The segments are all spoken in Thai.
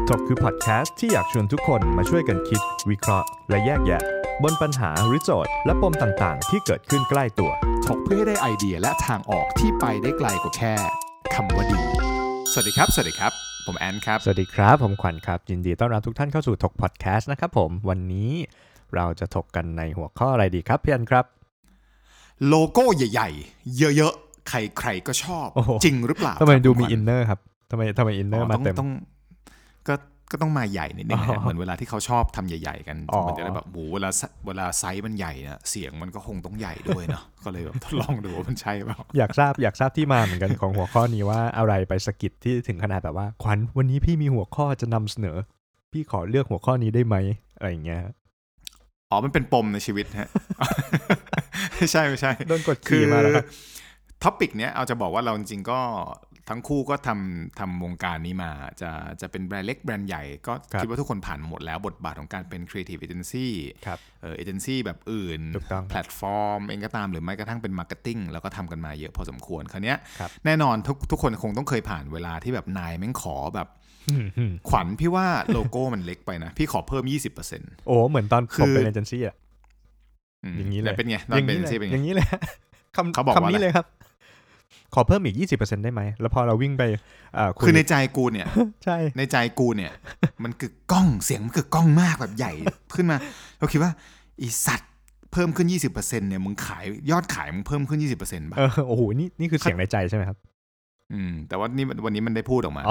ถกคือพอดแคสต์ที่อยากชวนทุกคนมาช่วยกันคิดวิเคราะห์และแยกแยะบนปัญหาหรือโจทย์และปมต่างๆที่เกิดขึ้นใกล้ตัวถกเพื่อให้ได้ไอเดียและทางออกที่ไปได้ไกลกว่าแค่คำว่าดีสวัสดีครับผมแอนครับสวัสดีครับผมขวัญครับยินดีต้อนรับทุกท่านเข้าสู่ถกพอดแคสต์นะครับผมวันนี้เราจะถกกันในหัวข้ออะไรดีครับพี่อันครับโลโก้ใหญ่ๆเยอะๆใครๆก็ชอบจริงหรือเปล่าทำไมดูมีอินเนอร์ครับทำไมอินเนอร์มาเต็มก็ต้องมาใหญ่นิดนึงนะเหมือนเวลาที่เขาชอบทำใหญ่ๆกันมันจะได้แบบเวลาไซส์มันใหญ่นะเสียงมันก็คงต้องใหญ่ด้วยเนาะก็เลยแบบทดลองดูว่ามันใช่เปล่าอยากทราบที่มาเหมือนกันของหัวข้อนี้ว่าอะไรไปสะกิดที่ถึงขนาดแบบว่าขวัญวันนี้พี่มีหัวข้อจะนำเสนอพี่ขอเลือกหัวข้อนี้ได้ไหมอะไรอย่างเงี้ยมันเป็นปมในชีวิตฮะ ไม่ใช่โดนกดขี่มาแล้วครับท็อปิกเนี้ยเอาจะบอกว่าเราจริงๆก็ทั้งคู่ก็ทำวงการนี้มาจะเป็นแบรนด์เล็กแบรนด์ใหญ่ก็คิดว่าทุกคนผ่านหมดแล้วบทบาทของการเป็น creative agency เอเจนซี่แบบอื่นแพลตฟอร์มเองก็ตามหรือไม่กระทั่งเป็น marketing แล้วก็ทำกันมาเยอะพอสมควรคราวนี้แน่นอนทุกคนคงต้องเคยผ่านเวลาที่แบบนายแม่งขอแบบขวัญพี่ว่าโลโก้มันเล็กไปนะพี่ขอเพิ่ม 20% โอ้เหมือนตอนผมเป็นเอเจนซี่อ่ะอย่างนี้เลยเป็นไงตอนเป็นเอเจนซี่เป็นไงอย่างนี้เลยเขาบอกว่านี้เลยครับขอเพิ่มอีก 20% ได้ไหมแล้วพอเราวิ่งไปคือในใจกูเนี่ยใช่ในใจกูเนี่ยมันคือกล้องเสียงมันคือกล้องมากแบบใหญ่ขึ้นมาเราคิดว่าอีสัตว์เพิ่มขึ้น 20% เนี่ยมึงขายยอดขายมึงเพิ่มขึ้น 20% ป่ะโอ้โหนี่คือเสียงในใจใช่ไหมครับแต่ว่านี่วันนี้มันได้พูดออกมา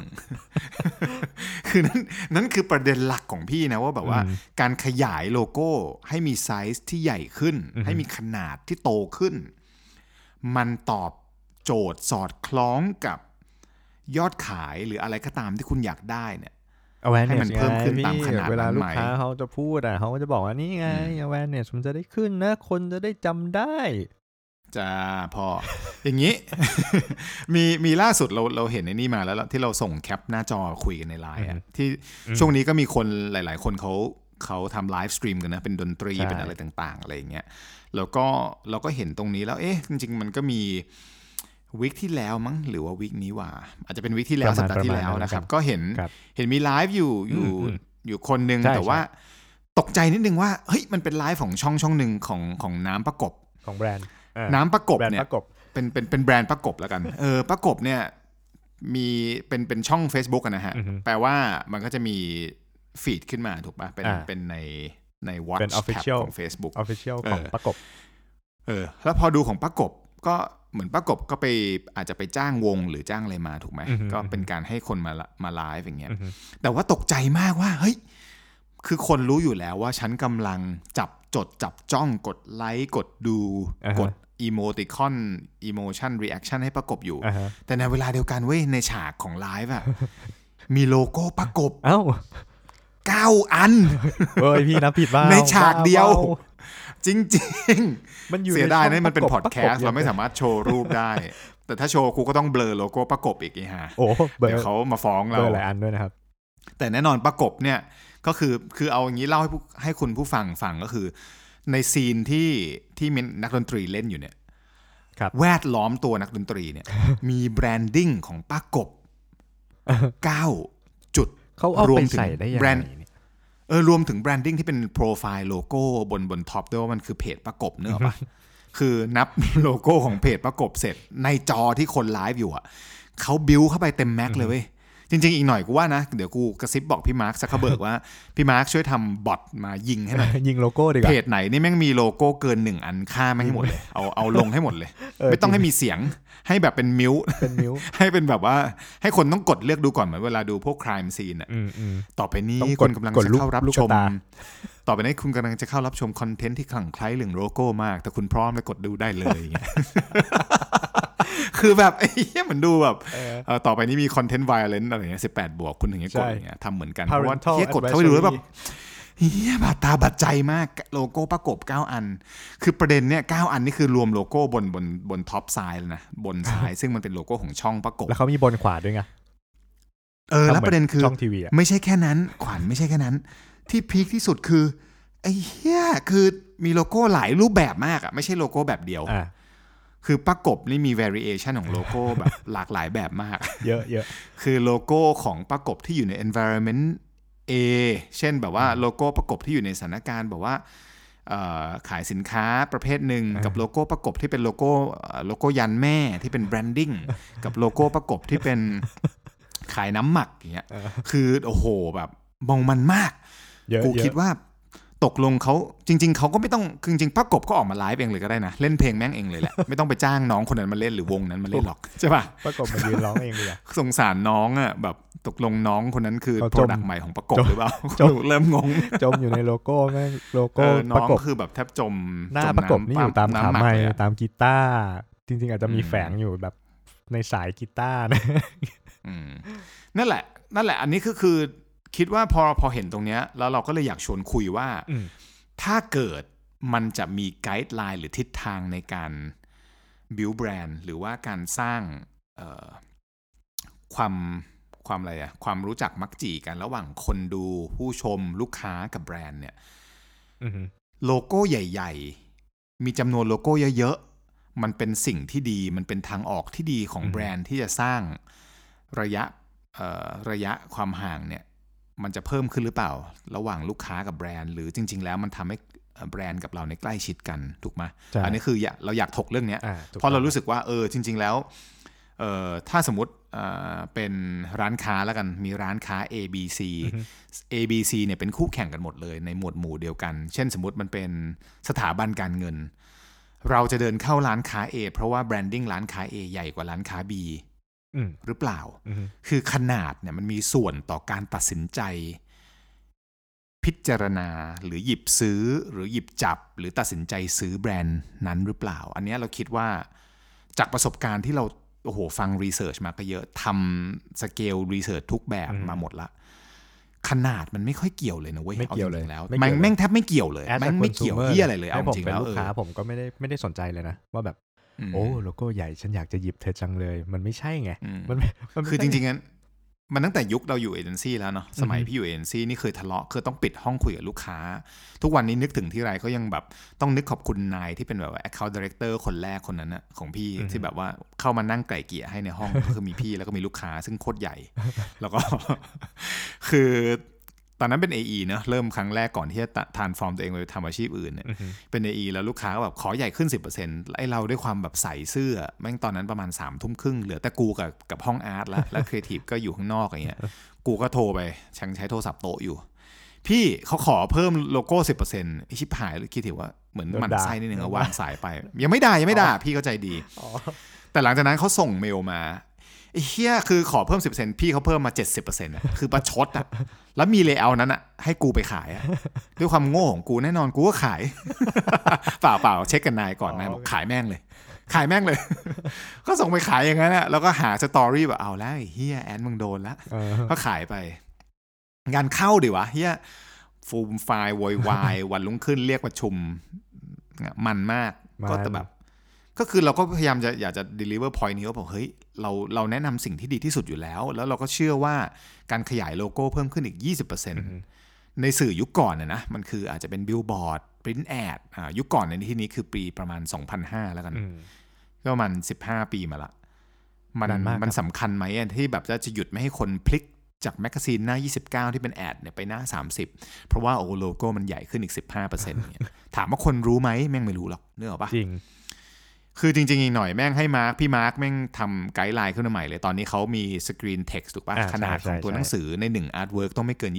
คือนั่นคือประเด็นหลักของพี่นะว่าแบบว่าการขยายโลโก้ให้มีไซส์ที่ใหญ่ขึ้นให้มีขนาดที่โตขึ้นมันตอบโจทย์สอดคล้องกับยอดขายหรืออะไรก็ตามที่คุณอยากได้เนี่ยให้มันเพิ่มขึ้นตามขนาดเวลานั้นลูไหมกค้าเขาจะพูดเขาก็จะบอกว่านี่ไง awareness มันจะได้ขึ้นนะคนจะได้จำได้จ้าพอ อย่างนี้ มีล่าสุดเราเห็นในนี่มาแล้วที่เราส่งแคปหน้าจอคุยกันในไลน์ที่ช่วงนี้ก็มีคนหลายๆคนเขาทำไลฟ์สตรีมกันนะเป็นดนตรีเป็นอะไรต่างๆอะไรอย่างเงี้ยแล้วก็เราก็เห็นตรงนี้แล้วจริงๆมันก็มีวีคที่แล้วมั้งหรือว่าวีคนี้ว่าอาจจะเป็นวีคที่แล้วสัปดาห์ที่แล้วนะครับก็เห็นมีไลฟ์อยู่คนนึงแต่ว่าตกใจนิดนึงว่าเฮ้ยมันเป็นไลฟ์ของช่องนึงของน้ำประกบของแบรนด์น้ำประกบเนี่ยเป็นแบรนด์ประกบแล้วกันประกบเนี่ยมีเป็นช่อง Facebook นะฮะแปลว่ามันก็จะมีฟีดขึ้นมาถูกป่ะเป็นใน Watch Tab ของ Facebook Official ของประกบแล้วพอดูของประกบก็เหมือนประกบก็ไปอาจจะไปจ้างวงหรือจ้างอะไรมาถูกไหมก็เป็นการให้คนมาไลฟ์อย่างเงี้ยแต่ว่าตกใจมากว่าเฮ้ยคือคนรู้อยู่แล้วว่าฉันกำลังจับจ้องกดไลค์กดดูกดอีโมติคอนอีโมชันรีแอคชั่นให้ประกบอยู่แต่ในเวลาเดียวกันเว้ยในฉากของไลฟ์อะมีโลโก้ประกบ9 อันเฮ้ยพี่นับผิดบ้าในฉากเดียวจริงๆมันเสียดายนะมันเป็นพอดแคสต์เราไม่สามารถโชว์รูปได้แต่ถ้าโชว์กูก็ต้องเบลอโลโก้ประกบอีกฮะเดี๋ยวเขามาฟ้องเราหลายอันด้วยนะครับแต่แน่นอนประกบเนี่ยก็คือเอาอย่างนี้เล่าให้คุณผู้ฟังก็คือในซีนที่นักดนตรีเล่นอยู่เนี่ยแวดล้อมตัวนักดนตรีเนี่ยมีแบรนดิ้งของป้ากบ9 จุดเขาเอาไปใส่ได้ยังไงรวมถึงแบรนดิ้งที่เป็นโปรไฟล์โลโก้บนท็อปด้วยว่ามันคือเพจประกบเนอะป่ะคือนับโลโก้ของเพจประกบเสร็จในจอที่คนไลฟ์อยู่อ่ะเขาบิวเข้าไปเต็มแม็กเลยเว้ยจริงๆอีกหน่อยกูว่านะเดี๋ยวกูกระซิบบอกพี่มาร์คซักเคอร์เบิร์กว่าพี่มาร์คช่วยทำบอทมายิงให้หน่อยยิงโลโก้ดีกว่าเพจไหนนี่แม่งมีโลโก้เกิน1อันฆ่าแม่งให้หมดเลยเอาลงให้หมดเลยไม่ต้องให้มีเสียงให้แบบเป็นมิวให้เป็นแบบว่าให้คนต้องกดเลือกดูก่อนเหมือนเวลาดูพวก crime scene อ่ะต่อไปนี้คุณกำลังจะเข้ารับชมต่อไปนี้คุณกำลังจะเข้ารับชมคอนเทนต์ที่คลั่งไคล้เรื่องโลโก้มากแต่คุณพร้อมเลยกดดูได้เลยอย่างเงี้ยคือแบบเหมือนดูแบบต่อไปนี้มีคอนเทนต์ violence อะไรเงี้ย18 บวกคุณถึงจะกดอย่างเงี้ยทำเหมือนกันเพราะว่าเฮียกดเข้าไปดูแล้วแบบเฮียบาดตาบาดใจมากโลโก้ประกบ9 อันคือประเด็นเนี่ย9 อันนี่คือรวมโลโก้บนท็อปซ้ายเลยนะบนซ้ายซึ่งมันเป็นโลโก้ของช่องประกบแล้วเขามีบนขวาด้วยไงแล้วประเด็นคือไม่ใช่แค่นั้นขวัญไม่ใช่แค่นั้นที่พีคที่สุดคือไอ้เฮียคือมีโลโก้หลายรูปแบบมากอ่ะไม่ใช่โลโก้แบบเดียวคือป้ากบนี่มี variation ของโลโก้แบบหลากหลายแบบมากเยอะเยอะคือโลโก้ของป้ากบที่อยู่ใน environment A เช่นแบบว่าโลโก้ป้ากบที่อยู่ในสถานการณ์แบบว่าขายสินค้าประเภทหนึ่งกับโลโก้ประกบที่เป็นโลโก้ยันแม่ที่เป็นแบรนดิ้งกับโลโก้ประกบที่เป็นขายน้ำหมักอย่างเงี้ยคือโอ้โหแบบมองมันมากกูคิดว่าตกลงเขาจริงๆเขาก็ไม่ต้องจริงๆประกบก็ออกมาไลฟ์เองเลยก็ได้นะเล่นเพลงแม่งเองเลยแหละไม่ต้องไปจ้างน้องคนนั้นมาเล่นหรือวงนั้นมาเล่นหรอกใช่ป่ะประกบมายืนร้องเองเลยสงสารน้องอ่ะแบบตกลงน้องคนนั้นคือโปรดักต์ใหม่ของประกบหรือเปล่าเริ่มงงจมอยู่ในโลโก้แม่งโลโก้น้องคือแบบแทบจมหน้าประกบนี่อยู่ตามขาไม้ตามกีตาร์จริงๆอาจจะมีแฝงอยู่แบบในสายกีตาร์นะนั่นแหละอันนี้คือคิดว่าพอเห็นตรงเนี้ยแล้วเราก็เลยอยากชวนคุยว่าถ้าเกิดมันจะมีไกด์ไลน์หรือทิศทางในการบิวแบรนด์หรือว่าการสร้างความอะไรอะความรู้จักมักจีกันระหว่างคนดูผู้ชมลูกค้ากับแบรนด์เนี่ยโลโก้ใหญ่ๆมีจำนวนโลโก้เยอะๆมันเป็นสิ่งที่ดีมันเป็นทางออกที่ดีของแบรนด์ที่จะสร้างระยะความห่างเนี่ยมันจะเพิ่มขึ้นหรือเปล่าระหว่างลูกค้ากับแบรนด์หรือจริงๆแล้วมันทำให้แบรนด์กับเราในใกล้ชิดกันถูกไหมอันนี้คือเราอยากถกเรื่องนี้เพราะเรารู้สึกว่าจริงๆแล้วถ้าสมมติเป็นร้านค้าแล้วกันมีร้านค้า ABC เนี่ยเป็นคู่แข่งกันหมดเลยในหมวดหมู่เดียวกันเช่นสมมติมันเป็นสถาบันการเงินเราจะเดินเข้าร้านค้า A เพราะว่าแบรนดิ้งร้านค้า A ใหญ่กว่าร้านค้า B หรือเปล่าคือขนาดเนี่ยมันมีส่วนต่อการตัดสินใจพิจารณาหรือหยิบซื้อหรือหยิบจับหรือตัดสินใจซื้อแบรนด์นั้นหรือเปล่าอันนี้เราคิดว่าจากประสบการณ์ที่เราฟังรีเสิร์ชมาก็เยอะทำสเกลรีเสิร์ชทุกแบบมาหมดละขนาดมันไม่ค่อยเกี่ยวเลยนะเว้ยไม่เกี่ยวเลยแล้วแม่งแทบไม่เกี่ยวเลยแม่งไม่เกี่ยวเหี้ยอะไรเลยเอาจริงแล้วลูกค้าผมก็ไม่ได้สนใจเลยนะว่าแบบโอ้โลโก้ใหญ่ฉันอยากจะหยิบเธอจังเลยมันไม่ใช่ไงมันคือจริงๆงั้นมันตั้งแต่ยุคเราอยู่เอเจนซี่แล้วเนาะสมัยพี่อยู่เอเจนซี่นี่เคยทะเลาะคือต้องปิดห้องคุยกับลูกค้าทุกวันนี้นึกถึงที่ไรก็ยังแบบต้องนึกขอบคุณนายที่เป็นแบบว่า account director คนแรกคนนั้นนะของพี่ที่แบบว่าเข้ามานั่งไกล่เกลี่ยให้ในห้องก็คือมีพี่แล้วก็มีลูกค้าซึ่งโคตรใหญ่แล้วก็คือตอนนั้นเป็น AE เนอะเริ่มครั้งแรกก่อนที่จะทรานส์ฟอร์มตัวเองไปทำอาชีพอื่นเนี่ยเป็น AE แล้วลูกค้าก็แบบขอใหญ่ขึ้น 10% ไอ้เราด้วยความแบบใส่เสื้อแม่งตอนนั้นประมาณ 3:30 นเหลือแต่กูกับห้องอาร์ตแล้วครีเอทีฟก็อยู่ข้างนอกอย่างเงี้ยกูก็โทรไปใช้โทรศัพท์โต๊ะอยู่พี่เขาขอเพิ่มโลโก้ 10% ไอ้ชิบหายคิดถือว่าเหมือนมันไส้นิดนึงวางสายไปยังไม่ด่าพี่เข้าใจดีแต่หลังจากนั้นเขาส่งเมลมาไอ้เหี้ยคือขอเพิ่ม 10% พี่เขาเพิ่มมา 70% อ่ะคือประชดอ่ะแล้วมีเลเยอร์นั้นอ่ะให้กูไปขายอ่ะด้วยความโง่ของกูแน่นอนกูก็ขาย เปล่าเช็คกันนายก่อนนายบอกขายแม่งเลยก็ส่งไปขายอย่างนั้นอ่ะแล้วก็หาสตอรี่แบบเอาแล้วไอ้เหี้ยแอนมึงโดนแล้วก็ขายไปงานเข้าดิวะเหี้ยฟูมไฟล์โวยวายวันรุ่งขึ้นเรียกประชุมมันมากก็แต่แบบก็คือเราก็พยายามอยากจะ deliver point นี้ว่าบอกเฮ้ยเราแนะนำสิ่งที่ดีที่สุดอยู่แล้วเราก็เชื่อว่าการขยายโลโก้เพิ่มขึ้นอีก 20% ในสื่อยุคก่อนนะมันคืออาจจะเป็นบิลบอร์ดปริ้นแอดยุคก่อนในที่นี้คือปีประมาณ 2005 แล้วกันก็ประมาณ15 ปีมาละมันสำคัญไหมที่แบบจะหยุดไม่ให้คนพลิกจากแมกกาซีนหน้า29ที่เป็นแอดเนี่ยไปหน้า30เพราะว่าโลโก้มันใหญ่ขึ้นอีก 15% เนี่ยถามว่าคนรู้ไหมแม่งไม่รู้หรอกนึกออกปะจริงคือจริงๆอีกหน่อยแม่งให้พี่มาร์คแม่งทำไกด์ไลน์ขึ้นมาใหม่เลยตอนนี้เขามีสกรีนเท็กซ์ถูกป่ะขนาดของตัวหนังสือใน1อาร์ตเวิร์กต้องไม่เกิน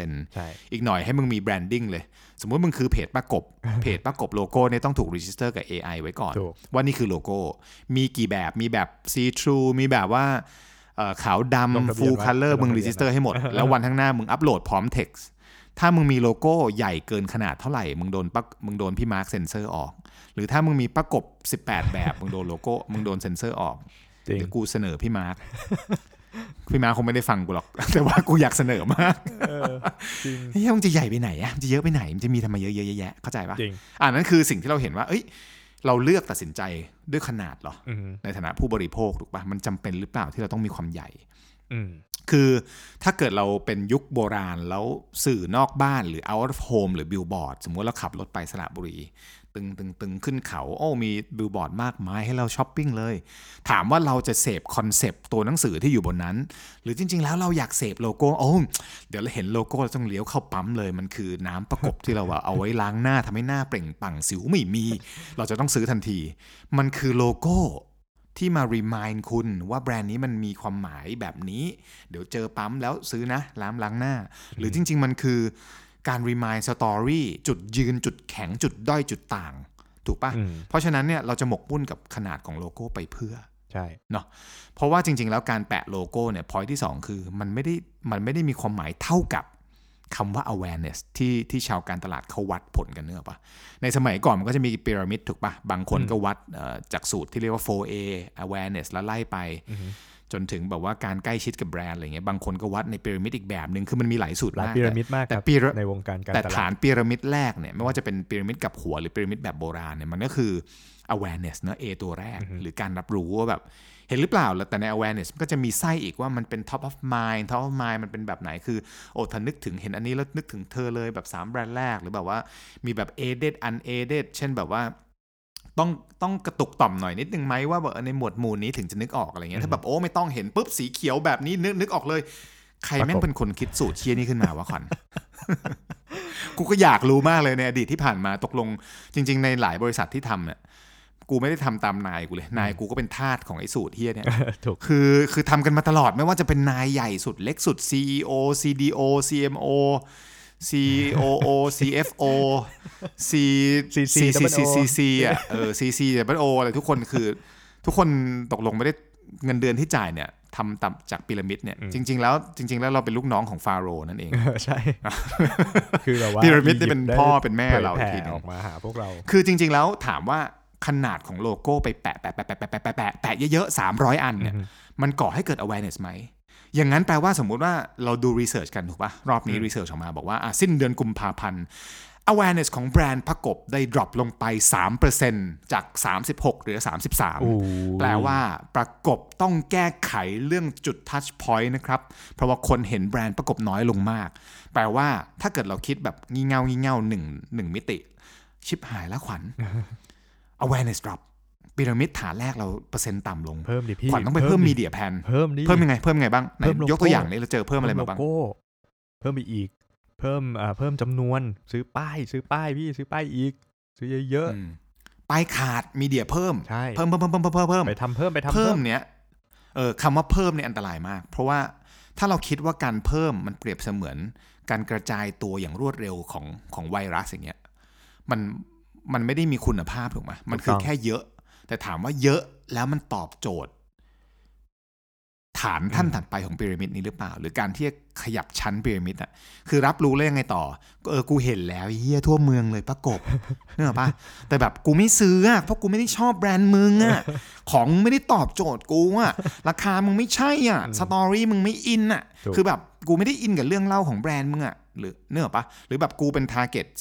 20% อีกหน่อยให้มึงมีแบรนดิ้งเลยสมมุติมึงคือเพจป้ากบโลโก้เนี่ยต้องถูกรีจิสเตอร์กับ AI ไว้ก่อนว่านี่คือโลโก้มีกี่แบบมีแบบ see through มีแบบว่าขาวดำ full color มึงรีจิสเตอร์ให้หมดแล้ววันข้างหน้ามึงอัปโหลดพร้อมเท็กซ์ถ้ามึงมีโลโก้ใหญ่เกินขนาดเท่าไหร่มึงโดนพี่มาร์คเซ็นเซอร์ออกหรือถ้ามึงมีประกบ18แบบมึงโดนโลโก้มึงโดนเซ็นเซอร์ออกเดี๋ยวกูเสนอพี่มาร์คคงไม่ได้ฟังกูหรอกแต่ว่ากูอยากเสนอมากจริงเฮ้ยมันจะใหญ่ไปไหนอ่ะมันจะเยอะไปไหนมันจะมีทำไมเยอะๆแยะเข้าใจปะนั่นคือสิ่งที่เราเห็นว่าเราเลือกตัดสินใจด้วยขนาดเหรอในฐานะผู้บริโภคถูกปะมันจำเป็นหรือเปล่าที่เราต้องมีความใหญ่คือถ้าเกิดเราเป็นยุคโบราณแล้วสื่อนอกบ้านหรือ out of home หรือ billboard สมมติเราขับรถไปสระบุรีตึงขึ้นเขาโอ้มีบิลบอร์ดมากมายให้เราช้อปปิ้งเลยถามว่าเราจะเสพคอนเซปต์ตัวหนังสือที่อยู่บนนั้นหรือจริงๆแล้วเราอยากเสพโลโก้โอ้เดี๋ยวเราเห็นโลโก้เราต้องเลี้ยวเข้าปั๊มเลยมันคือน้ำประกบที่เราเอาไว้ล้างหน้าทำให้หน้าเปล่งปลั่งสิวไม่มีเราจะต้องซื้อทันทีมันคือโลโก้ที่มา remind คุณว่าแบรนด์นี้มันมีความหมายแบบนี้เดี๋ยวเจอปั๊มแล้วซื้อนะล้างหน้าหรือจริงๆมันคือการ remind story จุดยืนจุดแข็งจุดด้อยจุดต่างถูกป่ะเพราะฉะนั้นเนี่ยเราจะหมกมุ่นกับขนาดของโลโก้ไปเพื่อใช่เนาะเพราะว่าจริงๆแล้วการแปะโลโก้เนี่ย point ที่2คือมันไม่ได้มีความหมายเท่ากับคำว่า awareness ที่ชาวการตลาดเขาวัดผลกันเนอะป่ะในสมัยก่อนมันก็จะมีพีระมิดถูกป่ะบางคนก็วัดจากสูตรที่เรียกว่า 4A awareness แล้วไล่ไปจนถึงแบบว่าการใกล้ชิดกับแบรนด์อะไรเงี้ยบางคนก็วัดในพีระมิดอีกแบบนึงคือมันมีหลายสูตรมากพีระมิดมากครับในวงการการตลาดแต่ฐานพีระมิดแรกเนี่ยไม่ว่าจะเป็นพีระมิดกับหัวหรือพีระมิดแบบโบราณเนี่ยมันก็คือ awareness เนอะ A ตัวแรกหรือการรับรู้ว่าแบบเห็นหรือเปล่าแต่ใน awareness มันก็จะมีไส้อีกว่ามันเป็น top of mind มันเป็นแบบไหนคือโอ้ถ้านึกถึงเห็นอันนี้แล้วนึกถึงเธอเลยแบบ3แบรนด์แรกหรือแบบว่ามีแบบ aided unaided เช่นแบบว่าต้องกระตุกต่อมหน่อยนิดนึงไหมว่าแบบในหมวดหมู่นี้ถึงจะนึกออกอะไรเงี้ยถ้าแบบโอ้ไม่ต้องเห็นปุ๊บสีเขียวแบบนี้นึกออกเลยใครแม่งเป็นคนคิดสูตรเชี่ยนี่ขึ้นมาวะขวัญ กูก็อยากรู้มากเลยในอดีตที่ผ่านมาตกลงจริงๆในหลายบริษัทที่ทำเนี่ยกูไม่ได้ทำตามนายกูเลยนายกูก็เป็นทาสของไอ้สูตรเฮียเนี่ย คือทำกันมาตลอดไม่ว่าจะเป็นนายใหญ่สุดเล็กสุด CEO CDO CMO COO CFO CC อ่ะCC double O อะไรทุกคนคือทุกคนตกลงไม่ได้เงินเดือนที่จ่ายเนี่ยทำตามจากพีระมิดเนี่ยจริงๆแล้วเราเป็นลูกน้องของฟาโรห์นั่นเองใช่คือแบบว่าพีระมิดนี่เป็นพ่อเป็นแม่เราทีนึงออกมาหาพวกเราคือจริงๆแล้วถามว่าขนาดของโลโก้ไปแปะเยอะๆ300อันเนี่ยมันก่อให้เกิด awareness ไหมอย่างนั้นแปลว่าสมมุติว่าเราดู research กันถูกป่ะรอบนี้ research ออกมาบอกว่าสิ้นเดือนกุมภาพันธ์ awareness ของแบรนด์ประกบได้ drop ลงไป 3% จาก36เหลือ33แปลว่าประกบต้องแก้ไขเรื่องจุด touch point นะครับเพราะว่าคนเห็นแบรนด์ประกบน้อยลงมากแปลว่าถ้าเกิดเราคิดแบบงี่เง่า1มิติชิบหายแล้วขวัญ awareness dropพีระมิดฐานแรกเราเปอร์เซ็นต์ต่ำลงเพิ่มดิพี่ขวัญต้องไปเพิ่มมีเดียแพนเพิ่มยังไงบ้างยกตัวอย่างนี้เราเจอเพิ่มอะไรมาบ้างเพิ่มอีกเพิ่มจำนวนซื้อป้ายพี่ซื้อป้ายอีกซื้อเยอะๆป้ายขาดมีเดียเพิ่มเพิ่มไปทำเพิ่มเนี้ยคำว่าเพิ่มเนี่ยอันตรายมากเพราะว่าถ้าเราคิดว่าการเพิ่มมันเปรียบเสมือนการกระจายตัวอย่างรวดเร็วของไวรัสอย่างเงี้ยมันไม่ได้มีคุณภาพถูกไหมมันคือแค่เยอะแต่ถามว่าเยอะแล้วมันตอบโจทย์ฐานท่านถัดไปของพีระมิดนี้หรือเปล่าหรือการที่ขยับชั้นพีระมิดอ่ะคือรับรู้แล้วยังไงต่อกูเห็นแล้วเหี้ยทั่วเมืองเลยประกบเนี่ยป่ะแต่แบบกูไม่ซื้ออ่ะเพราะกูไม่ได้ชอบแบรนด์มึงอ่ะของไม่ได้ตอบโจทย์กูอ่ะราคามึงไม่ใช่อ่ะสตอรี่มึงไม่อินอ่ะคือแบบกูไม่ได้อินกับเรื่องเล่าของแบรนด์มึงอ่ะหรือเนื้อป่ะหรือแบบกูเป็นทาร์เก็ต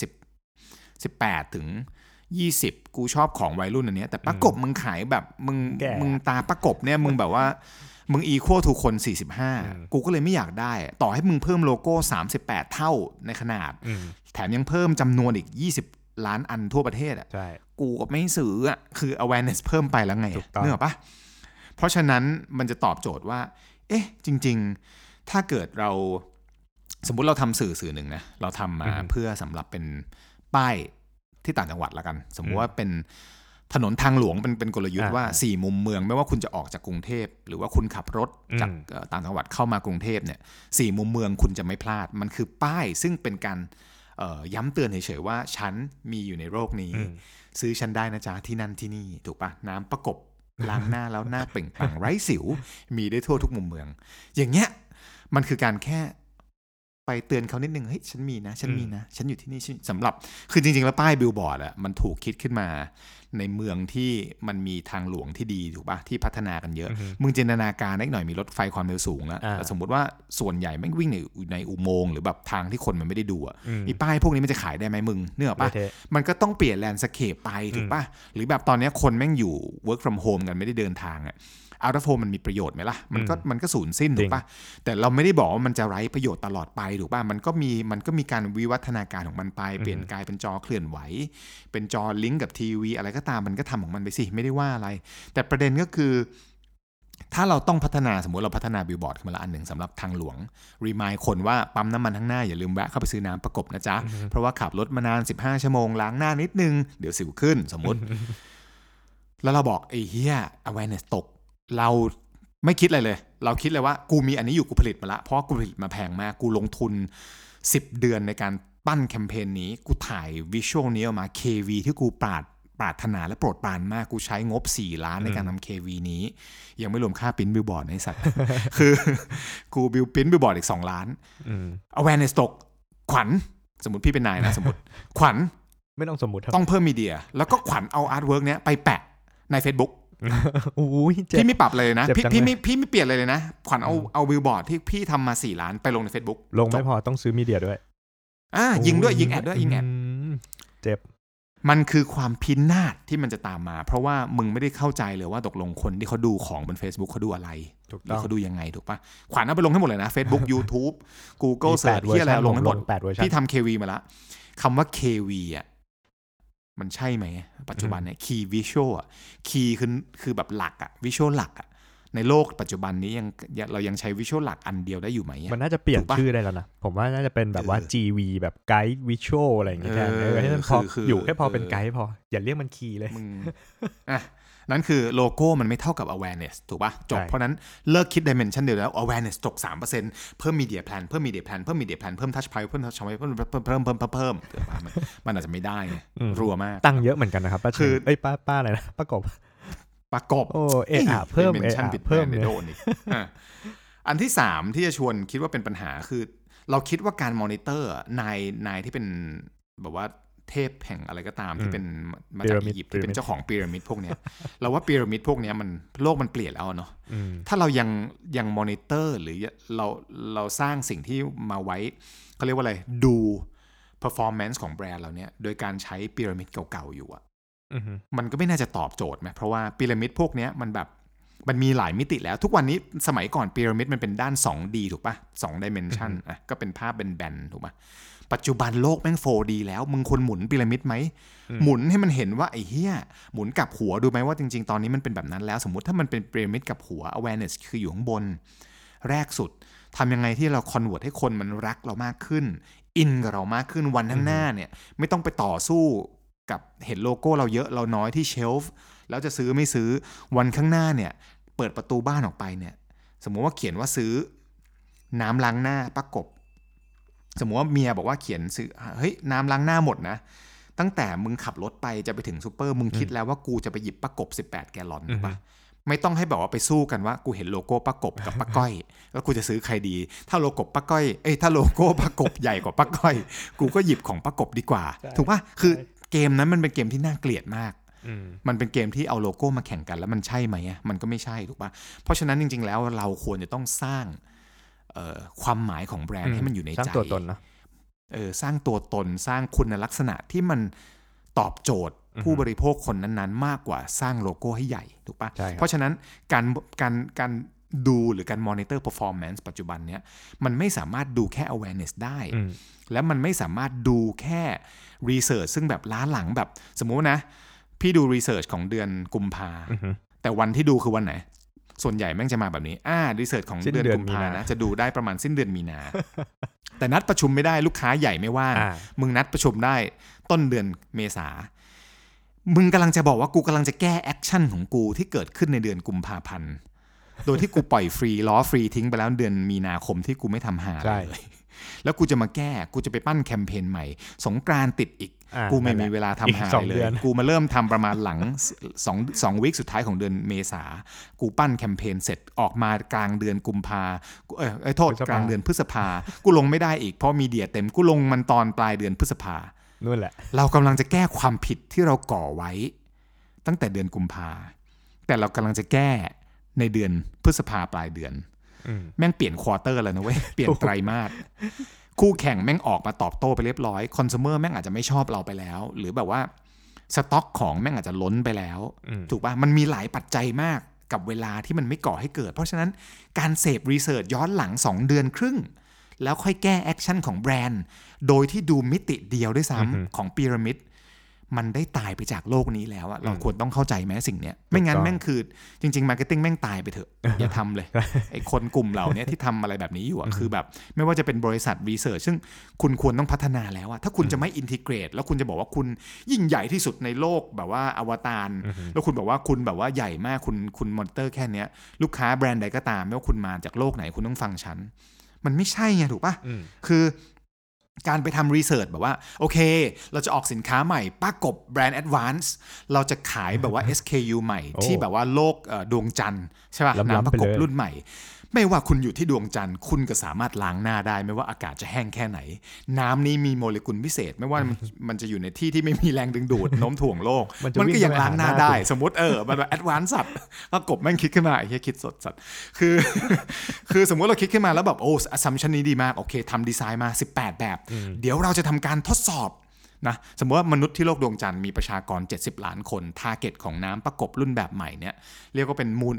18ถึง20กูชอบของวัยรุ่นอันเนี้ยแต่ประกบมึงขายแบบมึงตาประกบเนี่ยมึงแบบว่ามึง equal to คน45กูก็เลยไม่อยากได้ต่อให้มึงเพิ่มโลโก้38เท่าในขนาดแถมยังเพิ่มจำนวนอีก20ล้านอันทั่วประเทศอ่ะกูก็ไม่ซื้ออ่ะคือ awareness เพิ่มไปแล้วไงนึกออกปะเพราะฉะนั้นมันจะตอบโจทย์ว่าเอ๊ะจริงๆถ้าเกิดเราสมมุติเราทำสื่อหนึ่งนะเราทำมาเพื่อสำหรับเป็นป้ายที่ต่างจังหวัดละกันสมมุติว่าเป็นถนนทางหลวงเป็นกลยุทธ์ว่า4มุมเมืองไม่ว่าคุณจะออกจากกรุงเทพหรือว่าคุณขับรถจากต่างจังหวัดเข้ามากรุงเทพเนี่ย4มุมเมืองคุณจะไม่พลาดมันคือป้ายซึ่งเป็นการย้ำเตือนเฉยๆว่าฉันมีอยู่ในโลกนี้ซื้อฉันได้นะจ๊ะที่นั่นที่นี่ถูกปะน้ำประกบล้างหน้าแล้วหน้าเปล่งปลั่งไร้สิวมีได้ทั่วทุกมุมเมืองอย่างเงี้ยมันคือการแค่ไปเตือนเขานิดนึงเฮ้ยฉันมีนะฉันอยู่ที่นี่สำหรับคือจริงๆแล้วป้ายบิลบอร์ดอะมันถูกคิดขึ้นมาในเมืองที่มันมีทางหลวงที่ดีถูกป่ะที่พัฒนากันเยอะมึงจินตนาการนิดหน่อยมีรถไฟความเร็วสูงแล้วแต่สมมติว่าส่วนใหญ่แม่งวิ่งในอุโมงค์หรือแบบทางที่คนมันไม่ได้ดูอ่ะอีป้ายพวกนี้มันจะขายได้ไหมมึงเนื้อป่ะมันก็ต้องเปลี่ยนแลนด์สเคปไปถูกป่ะหรือแบบตอนนี้คนแม่งอยู่ work from home กันไม่ได้เดินทางอ่ะ out of home มันมีประโยชน์ไหมล่ะมันก็สูญสิ้นถูกป่ะแต่เราไม่ได้บอกว่ามันจะไร้ประโยชน์ตลอดไปถูกป่ะมันก็มีการวิวัฒนาการของมันไปเปลี่ยนกลายเป็นจอเคลื่อนไหวเป็นจอลิงก์กับทีวีอะไรก็ตามมันก็ทำของมันไปสิไม่ได้ว่าอะไรแต่ประเด็นก็คือถ้าเราต้องพัฒนาสมมติเราพัฒนาบิลบอร์ดขึ้นมาละอันหนึ่งสำหรับทางหลวงรีมายคนว่าปั๊มน้ำมันข้างหน้าอย่าลืมแวะเข้าไปซื้อน้ำประกบนะจ๊ะเพราะว่าขับรถมานาน15ชั่วโมงล้างหน้านิดนึงเดี๋ยวสิวขึ้นสมมติแล้วเราบอกไอ้เหี้ย awareness ตกเราไม่คิดอะไรเลยเราคิดเลยว่ากูมีอันนี้อยู่กูผลิตมาละเพราะกูผลิตมาแพงมากกูลงทุน10เดือนในการปั้นแคมเปญนี้กูถ่ายวิชวลนี้ออกมา KV ที่กูปรารถนาและโปรดปรานมากกูใช้งบ4ล้านในการทำ KV นี้ยังไม่รวมค่าปริ้นบิลบอร์ดในสัตว์ คือกูปริ้นบิลบอร์ดอีก2ล้านawareness ตกขวัญสมมติพี่เป็นนายนะสมมติขวัญไม่ต้องสมมติต้องเพิ่มมีเดียแล้วก็ขวัญเอาอาร์ตเวิร์กเนี้ยไปแปะใน Facebook พี่ไม่ปรับเลยนะพี่ไม่เปลี่ยนเลยนะขวัญเอาบิลบอร์ดที่พี่ทำมา4ล้านไปลงใน Facebook ลงไม่พอต้องซื้อมีเดียด้วยยิงด้วยยิงแอดด้วยยิงแอดเจ็บมันคือความพินาศที่มันจะตามมาเพราะว่ามึงไม่ได้เข้าใจเลยว่าตกลงคนที่เขาดูของบน Facebook เขาดูอะไรหรือเขาดูยังไงถูกปะขวัญเอาไปลงให้หมดเลยนะ Facebook YouTube Google Search ที่อะไรลงให้หมดพี่ทำ KV มาละคำว่า KV อ่ะมันใช่ไหมปัจจุบันเนี่ย Key Visual อ่ะ Key คือแบบหลักอ่ะ Visual หลักอ่ะในโลกปัจจุบันนี้เรายังใช้ Visual หลักอันเดียวได้อยู่ไหมมันน่าจะเปลี่ยนชื่อได้แล้วนะผมว่าน่าจะเป็นแบบว่า GV แบบ Guide Visual อะไรอย่างเงี้ยแทนให้มันพออยู่แค่พอเป็นไกด์พออย่าเรียกมัน Key เลยนั่นคือโลโก้มันไม่เท่ากับ awareness ถูกป่ะจบเพราะนั้นเลิกคิด dimension เดียวแล้ว awareness ตก 3% เพิ่ม media plan เพิ่ม media plan เพิ่ม media plan เพิ่ม touch point เพิ่ม touch point เพิ่มถูกป่ะมันอาจจะไม่ได้รัวมากตั้งเยอะเหมือนกันนะครับคือป้าอะไรนะประกบโอ้เพิ่มในโดนอีกอันที่3ที่จะชวนคิดว่าเป็นปัญหาคือเราคิดว่าการมอนิเตอร์นายที่เป็นแบบว่าเทพแห่งอะไรก็ตามที่เป็นมาจากอียิปต์ที่เป็นเจ้าของพีระมิดพวกเนี้ยเราว่าพีระมิดพวกเนี้ยมันโลกมันเปลี่ยนแล้วเนาะถ้าเรายังมอนิเตอร์หรือเราสร้างสิ่งที่มาไว้เขาเรียกว่าอะไรดู performance ของแบรนด์เราเนี้ยโดยการใช้พีระมิดเก่าๆอยู่อะมันก็ไม่น่าจะตอบโจทย์ไหมเพราะว่าพีระมิดพวกเนี้ยมันมีหลายมิติแล้วทุกวันนี้สมัยก่อนพีระมิดมันเป็นด้าน 2D ถูกป่ะ2 dimension ก็เป็นภาพเป็นแบนถูกป่ะปัจจุบันโลกแม่ง 4D แล้วมึงควรหมุนพีระมิดไหมหมุนให้มันเห็นว่าไอ้เหี้ยหมุนกลับหัวดูไหมว่าจริงๆตอนนี้มันเป็นแบบนั้นแล้วสมมุติถ้ามันเป็นพีระมิดกับหัว awareness คืออยู่ข้างบนแรกสุดทำยังไงที่เรา convert ให้คนมันรักเรามากขึ้นอินกับเรามากขึ้นวันข้างหน้าเนี่ยไม่ต้องไปต่อสู้กับเห็นโลโก้เราเยอะเราน้อยที่เชลฟ์แล้วจะซื้อไม่ซื้อวันข้างหน้าเนี่ยเปิดประตูบ้านออกไปเนี่ยสมมุติว่าเขียนว่าซื้อน้ำล้างหน้าประกบสมมติว่าเมียบอกว่าเขียนซื้อเฮ้ยน้ำล้างหน้าหมดนะตั้งแต่มึงขับรถไปจะไปถึงซูเปอร์มึงคิดแล้วว่ากูจะไปหยิบประกบ18แกลลอนถูกปะไม่ต้องให้แบบว่าไปสู้กันว่ากูเห็นโลโก้ประกบกับป้าก้อยแล้วกูจะซื้อใครดีถ้าโลโก้ป้าก้อยถ้าโลโก้ประกบใหญ่กว่าป้าก้อยกูก็หยิบของประกบดีกว่าถูกปะคือเกมนั้นมันเป็นเกมที่น่าเกลียดมากมันเป็นเกมที่เอาโลโก้มาแข่งกันแล้วมันใช่ไหมมันก็ไม่ใช่ถูกปะเพราะฉะนั้นจริงๆแล้วเราควรจะต้องสร้างความหมายของแบรนด์ให้มันอยู่ในใจสร้างตัวตนนะสร้างตัวตนสร้างคุณลักษณะที่มันตอบโจทย์ผู้บริโภคคนนั้นๆมากกว่าสร้างโลโก้ให้ใหญ่ถูกปะเพราะฉะนั้นการดูหรือการมอนิเตอร์ performance ปัจจุบันเนี้ยมันไม่สามารถดูแค่ awareness ได้และมันไม่สามารถดูแค่ research ซึ่งแบบล้าหลังแบบสมมุตินะพี่ดู research ของเดือนกุมภาแต่วันที่ดูคือวันไหนส่วนใหญ่แม่งจะมาแบบนี้รีเสิร์ชของเดือนกุมภานะจะดูได้ประมาณสิ้นเดือนมีนาแต่นัดประชุมไม่ได้ลูกค้าใหญ่ไม่ว่างมึงนัดประชุมได้ต้นเดือนเมษามึงกำลังจะบอกว่ากูกำลังจะแก้แอคชั่นของกูที่เกิดขึ้นในเดือนกุมภาพันธ์โดยที่กูปล่อยฟรีล้อฟรีทิ้งไปแล้วเดือนมีนาคมที่กูไม่ทำหาเลยแล้วกูจะมาแก้กูจะไปปั้นแคมเปญใหม่สงกรานต์ติดอีกกูไม่มีเวลาทำหาเลยกูมาเริ่มทำประมาณหลัง2วีคสุดท้ายของเดือนเมษากูปั้นแคมเปญเสร็จออกมากลางเดือนกุมภาโทษกลางเดือนพฤษภากูลงไม่ได้อีกเพราะมีเดียเต็มกูลงมันตอนปลายเดือนพฤษภานู่นแหละเรากำลังจะแก้ความผิดที่เราก่อไว้ตั้งแต่เดือนกุมภาแต่เรากำลังจะแก้ในเดือนพฤษภาปลายเดือนแม่งเปลี่ยนควอเตอร์แล้วนะเว้ยเปลี่ยนไตรมาสคู่แข่งแม่งออกมาตอบโต้ไปเรียบร้อยคอน sumer แม่งอาจจะไม่ชอบเราไปแล้วหรือแบบว่าสต็อกของแม่งอาจจะล้นไปแล้วถูกป่ะมันมีหลายปัจจัยมากกับเวลาที่มันไม่ก่อให้เกิดเพราะฉะนั้นการเสพรีเสิร์ชย้อนหลัง2 เดือนครึ่งแล้วค่อยแก้แอคชั่นของแบรนด์โดยที่ดูมิติเดียวด้วยซ้ำของพีระมิดมันได้ตายไปจากโลกนี้แล้วอะเราควรต้องเข้าใจแม้สิ่งเนี้ยไม่งั้นแม่งคือจริงๆมาร์เก็ตติ้งแม่งตายไปเถอะอย่าทำเลยไอ้คนกลุ่มเหล่านี้ที่ทำอะไรแบบนี้อยู่อะคือแบบไม่ว่าจะเป็นบริษัทรีเสิร์ชซึ่งคุณควรต้องพัฒนาแล้วอะถ้าคุณจะไม่อินทิเกรตแล้วคุณจะบอกว่าคุณยิ่งใหญ่ที่สุดในโลกแบบว่าอวตารแล้วคุณบอกว่าคุณแบบว่าใหญ่มากคุณมอนิเตอร์แค่เนี้ยลูกค้าแบรนด์ใดก็ตามไม่ว่าคุณมาจากโลกไหนคุณต้องฟังฉันมันไม่ใช่ไงถูกป่ะคือการไปทำรีเสิร์ชแบบว่าโอเคเราจะออกสินค้าใหม่ป้ากบแบรนด์แอดวานซ์เราจะขายแบบว่า SKU ใหม่ที่แบบว่าโลกดวงจันทร์ใช่ป่ะน้ำประกบรุ่นใหม่ไม่ว่าคุณอยู่ที่ดวงจันทร์คุณก็สามารถล้างหน้าได้ไม่ว่าอากาศจะแห้งแค่ไหนน้ำนี้มีโมเลกุลพิเศษไม่ว่ามันจะอยู่ในที่ที่ไม่มีแรงดึงดูดโน้มถ่วงโลกมันก็ยังล้างหน้าได้สมมติมันแอดวานซ์สัตว์ป้ากบแม่งคิดขึ้นมาไอ้เหี้ยคิดสดสัตว์คือสมมติเราคิดขึ้นมาแล้วแบบโอ้อัสซัมชันนี้ดีมากโอเคทำดีไซน์มา18แบบเดี๋ยวเราจะทำการทดสอบนะสมมติว่ามนุษย์ที่โลกดวงจันทร์มีประชากร70 ล้านคนทาร์เก็ตของน้ำประกบรุ่นแบบใหม่เนี่ยเรียกว่าเป็น Moon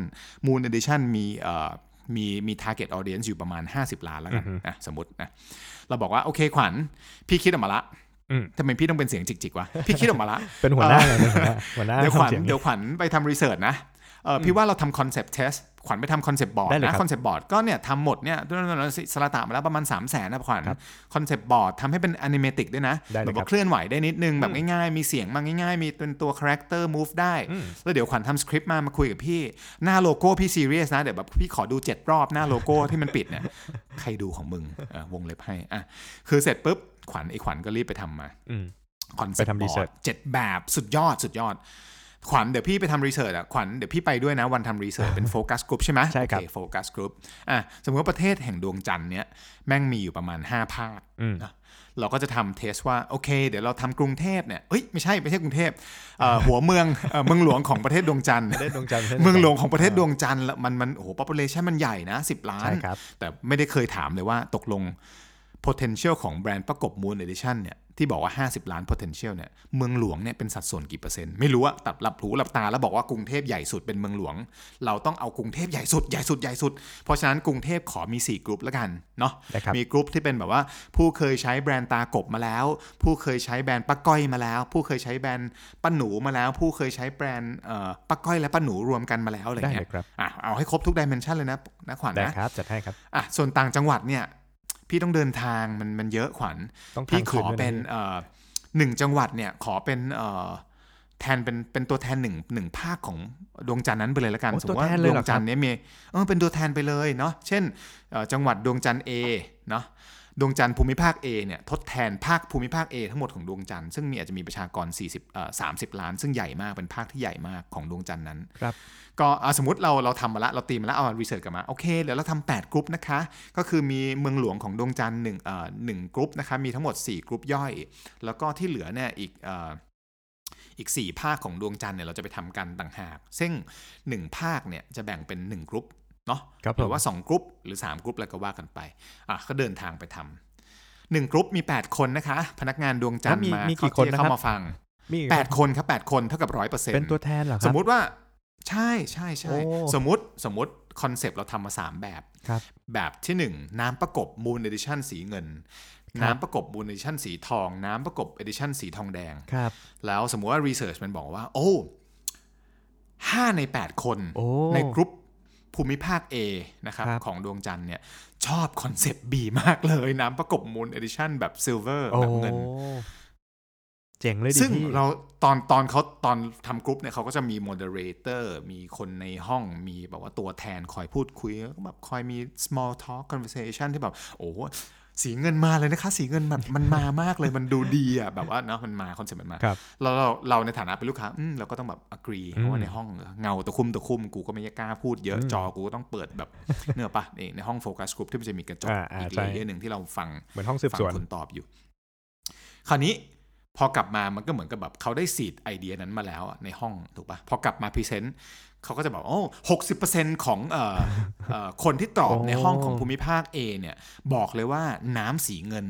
Edition มี target audience อยู่ประมาณ50 ล้านแล้วกันนะสมมตินะเราบอกว่าโอเคขวัญพี่คิดออกมาละทำไมพี่ต้องเป็นเสียงจิกๆวะพี่คิดออกมาละเป็นหัวหน้าเลยหัวหน้าเดี๋ยวขวัญไปทำรีเสิร์ชนะพี่ว่าเราทำ concept test ขวัญไปทำ concept board นะ concept board ก็เนี่ยทำหมดเนี่ยสละตามาแล้วประมาณ 300,000 นะขวัญ concept board ทำให้เป็น animatic ด้วยนะแบบว่าเคลื่อนไหวได้นิดนึงแบบง่ายๆมีเสียงมาง่ายๆมีเป็นตัว character move ได้แล้วเดี๋ยวขวัญทำสคริปต์มาคุยกับพี่หน้าโลโก้พี่ serious นะเดี๋ยวแบบพี่ขอดู7 รอบหน้าโลโก้ที่มันปิดเนี่ยใครดูของมึงวงเล็บให้คือเสร็จปุ๊บขวัญก็รีบไปทำมาconcept board 7 แบบสุดยอดขวัญเดี๋ยวพี่ไปทำรีเสิร์ชขวัญเดี๋ยวพี่ไปด้วยนะวันทำรีเสิร์ชเป็นโฟกัสกรุ๊ปใช่ไหมใช่ครับโฟกัสกรุ๊ปสมมติว่าประเทศแห่งดวงจันทร์เนี้ยแม่งมีอยู่ประมาณ5 ภาคนะเราก็จะทำเทสว่าโอเคเดี๋ยวเราทำกรุงเทพเนี่ยไม่ใช่กรุงเทพหัวเมืองหลวงของประเทศดวงจันทร์เมืองหลวงของประเทศดวงจันทร์มันโอ้โห population มันใหญ่นะ10 ล้านแต่ไม่ได้เคยถามเลยว่าตกลง potential ของแบรนด์ประกบ Moon Edition เนี่ยที่บอกว่า50 ล้าน potential เนี่ยเมืองหลวงเนี่ยเป็นสัดส่วนกี่เปอร์เซ็นต์ไม่รู้อะตับหลับหูหลับตาแล้วบอกว่ากรุงเทพใหญ่สุดเป็นเมืองหลวงเราต้องเอากรุงเทพใหญ่สุดเพราะฉะนั้นกรุงเทพขอมี4 กลุ่มแล้วกันเนาะมีกลุ่มที่เป็นแบบว่าผู้เคยใช้แบรนด์ตากบมาแล้วผู้เคยใช้แบรนด์ป้าก้อยมาแล้วผู้เคยใช้แบรนด์ป้าหนูมาแล้วผู้เคยใช้แบรนด์ป้าก้อยและป้าหนูรวมกันมาแล้วอะไรเงี้ยเอาให้ครบทุก dimension เลยนะขวัญนะครับจัดให้ครับส่วนต่างจังหวัดเนี่ยพี่ต้องเดินทางมันเยอะขวัญพี่ขอเป็น1 จังหวัดเนี่ยขอเป็นแทนเป็นตัวแทนหนึ่งภาคของดวงจันทร์นั้นไปเลยละกันสมมติว่าดวงจันทร์เนี่ยมีเป็นตัวแทนไปเลยเนาะเช่นจังหวัดดวงจันทร์ A เนาะดวงจันทร์ภูมิภาค A เนี่ยทดแทนภาคภูมิภาค A ทั้งหมดของดวงจันทร์ซึ่งมีอาจจะมีประชากร30 ล้านซึ่งใหญ่มากเป็นภาคที่ใหญ่มากของดวงจันทร์นั้นก็สมมติเราทำมาละเราตีมาแล้วเอารีเสิร์ชกลับมาโอเคเดี๋ยวเราทำ8 กรุ๊ปนะคะก็คือมีเมืองหลวงของดวงจันทร์1 กรุ๊ปนะคะมีทั้งหมด4 กรุ๊ปย่อยแล้วก็ที่เหลือเนี่ยอีก4 ภาคของดวงจันทร์เนี่ยเราจะไปทำกันต่างหากซึ่ง1 ภาคเนี่ยจะแบ่งเป็น1 กรุ๊ปเนาะหรือว่า2 กรุ๊ปหรือ3 กรุ๊ปอะไรก็ว่ากันไปก็เดินทางไปทำ1 กรุ๊ปมี8 คนนะคะพนักงานดวงจันทร์มาเข้ามาฟัง8 คนครับ8 คนเท่ากับ 100% เป็นตัวแทนเหรอครับสมมุติว่าใช่สมมุติคอนเซปต์เราทำมา3 แบบที่1น้ำประกบ Moon Edition สีเงินน้ำประกบ Moon Edition สีทองน้ำประกบ Edition สีทองแดงแล้วสมมุติว่า Research มันบอกว่า5 ใน 8 คนในกรุ๊ปภูมิภาค A นะครับของดวงจันทร์เนี่ยชอบคอนเซปต์ B มากเลยน้ำประกบ Moon Edition แบบ Silver แบบเงินเจ๋งเลยดิซึ่งเราตอนเขาตอนทำกรุ๊ปเนี่ยเขาก็จะมีโมเดเลเตอร์มีคนในห้องมีแบบว่าตัวแทนคอยพูดคุยแบบคอยมี small talk conversation ที่แบบสีเงินมาเลยนะคะสีเงินแบบมันมามากเลยมันดูดีอ่ะแบบว่าเนาะมันมาคอนเซ็ปต์มันมาเราในฐานะเป็นลูกค้าเราก็ต้องแบบ agree เพราะว่าในห้องเงาตะคุ่มกูก็ไม่กล้าพูดเยอะจอกูก็ต้องเปิดแบบเนื้อปะในห้องโฟกัสกรุ๊ปที่มันจะมีกระจกอีกเลเยอร์นึงที่เราฟังเหมือนห้องสืบสวนคนตอบอยู่คราวนี้พอกลับมามันก็เหมือนกับแบบเขาได้ซีดไอเดียนั้นมาแล้วในห้องถูกปะพอกลับมาพรีเซนต์เขาก็จะบอก60% ของคนที่ตอบในห้องของภูมิภาค A เนี่ยบอกเลยว่าน้ำสีเงิน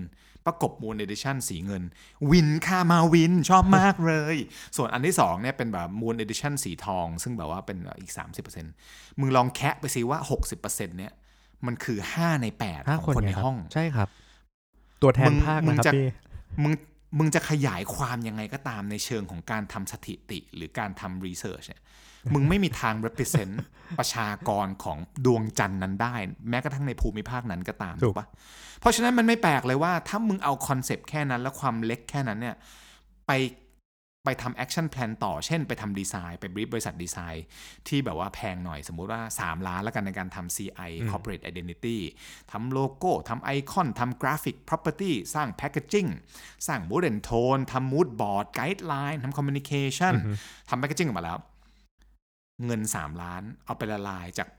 ประกบ Moon Edition สีเงินวินค่ะมาวินชอบมากเลยส่วนอันที่2เนี่ยเป็นแบบ Moon Edition สีทองซึ่งแบบว่าเป็นอีก 30% มึงลองแคะไปซิว่า 60% เนี่ยมันคือ5ใน8ของคนในห้องใช่ครับตัวแทนภาคนะครับพี่มึงจะขยายความยังไงก็ตามในเชิงของการทำสถิติหรือการทำ research เนี่ยมึงไม่มีทาง represent ประชากรของดวงจันทร์นั้นได้แม้กระทั่งในภูมิภาคนั้นก็ตามถูกปะเพราะฉะนั้นมันไม่แปลกเลยว่าถ้ามึงเอาคอนเซปต์แค่นั้นและความเล็กแค่นั้นเนี่ยไปทำ action plan ต่อเช่นไปทำดีไซน์ไปบรีฟบริษัทดีไซน์ที่แบบว่าแพงหน่อยสมมุติว่า3 ล้านแล้วกันในการทำ CI corporate identity ทำโลโก้ทำไอคอนทำ graphic property สร้าง packaging สร้าง mood and tone ทำ mood board guideline ทำ communication ทำ packaging ออกมาแล้วเงิน3 ล้านเอาไปละลายจาก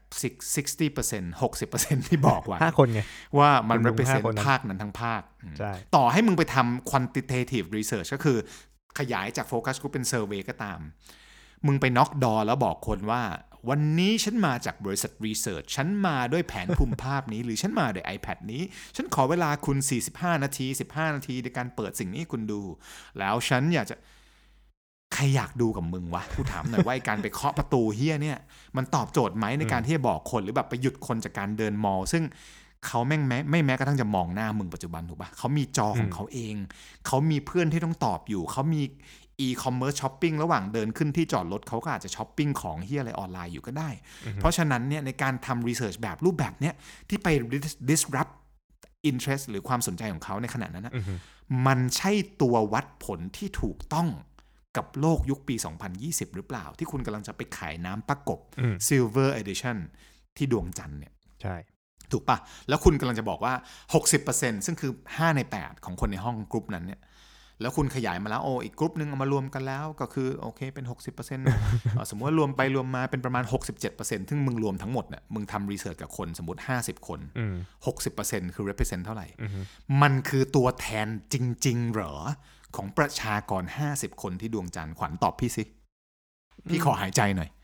60% 60% ที่บอกว่า 5 คนไงว่ามัน represent ภาคนั้นทั้งภาคต่อให้มึงไปทำ quantitative research ก็คือขยายจากโฟกัสกรุ๊ปเป็นเซอร์เวย์ก็ตามมึงไปน็อกดอแล้วบอกคนว่าวันนี้ฉันมาจากบริษัทรีเสิร์ชฉันมาด้วยแผนภูมิภาพนี้หรือฉันมาด้วย iPad นี้ฉันขอเวลาคุณ45 นาที15 นาทีในการเปิดสิ่งนี้คุณดูแล้วฉันอยากจะใครอยากดูกับมึงวะกูถามหน่อยว่าการไปเคาะประตูเฮียเนี่ยมันตอบโจทย์ไหมในการที่จะบอกคนหรือแบบไปหยุดคนจากการเดินมอลล์ซึ่งเขาไม่แม้กระทั่งจะมองหน้ามึงปัจจุบันถูกปะเขามีจอของเขาเองเขามีเพื่อนที่ต้องตอบอยู่เขามี e-commerce shopping ระหว่างเดินขึ้นที่จอดรถเขาก็อาจจะช้อปปิ้งของเฮียอะไรออนไลน์อยู่ก็ได้เพราะฉะนั้นเนี่ยในการทำ research แบบรูปแบบเนี้ยที่ไป disrupt interest หรือความสนใจของเขาในขณะนั้นนะมันใช่ตัววัดผลที่ถูกต้องกับโลกยุคปี 2020 หรือเปล่าที่คุณกำลังจะไปขายน้ำประกบ Silver Edition ที่ดวงจันทร์เนี่ยใช่ถูกปะแล้วคุณกำลังจะบอกว่า 60% ซึ่งคือ5 ใน 8ของคนในห้องกรุ๊ปนั้นเนี่ยแล้วคุณขยายมาแล้วอีกกรุ๊ปนึงเอามารวมกันแล้วก็คือโอเคเป็น 60% สมมติว่ารวมไปรวมมาเป็นประมาณ 67% ซึ่งมึงรวมทั้งหมดเนี่ยมึงทำรีเสิร์ชกับคนสมมติ50 คน 60% คือ represent เท่าไหร่มันคือตัวแทนจริงๆเหรอของประชากร50 คนที่ดวงจันทร์ขวัญตอบพี่สิพี่ขอหายใจหน่อย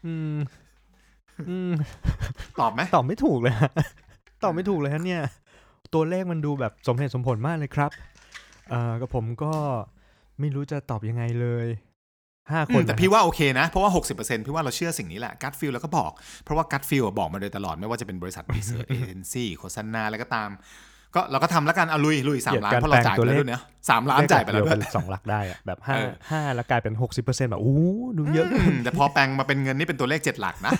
ตอบไหมตอบไม่ถูกเลยตอบไม่ถูกเลยฮะเนี่ยตัวเลขมันดูแบบสมเหตุสมผลมากเลยครับกับผมก็ไม่รู้จะตอบยังไงเลย5 คนแต่พี่ว่าโอเคนะเพราะว่า 60% พี่ว่าเราเชื่อสิ่งนี้แหละgut feel แล้วก็บอกเพราะว่า gut feel บอกมาโดยตลอดไม่ว่าจะเป็นบริษัท research agency โฆษณาอะไรก็ตามก็เราก็ทำแล้วกันเอาลุย3 ล้านเพราะเราจ่ายไปแล้วด้วยเนี่ย3 ล้านจ่ายไปแล้วด้วย 2 หลักได้อะแบบ5แล้วกลายเป็น 60% แบบดูเยอะแต่พอแปลงมาเป็นเงินนี่เป็นตัวเลข7 หลักนะ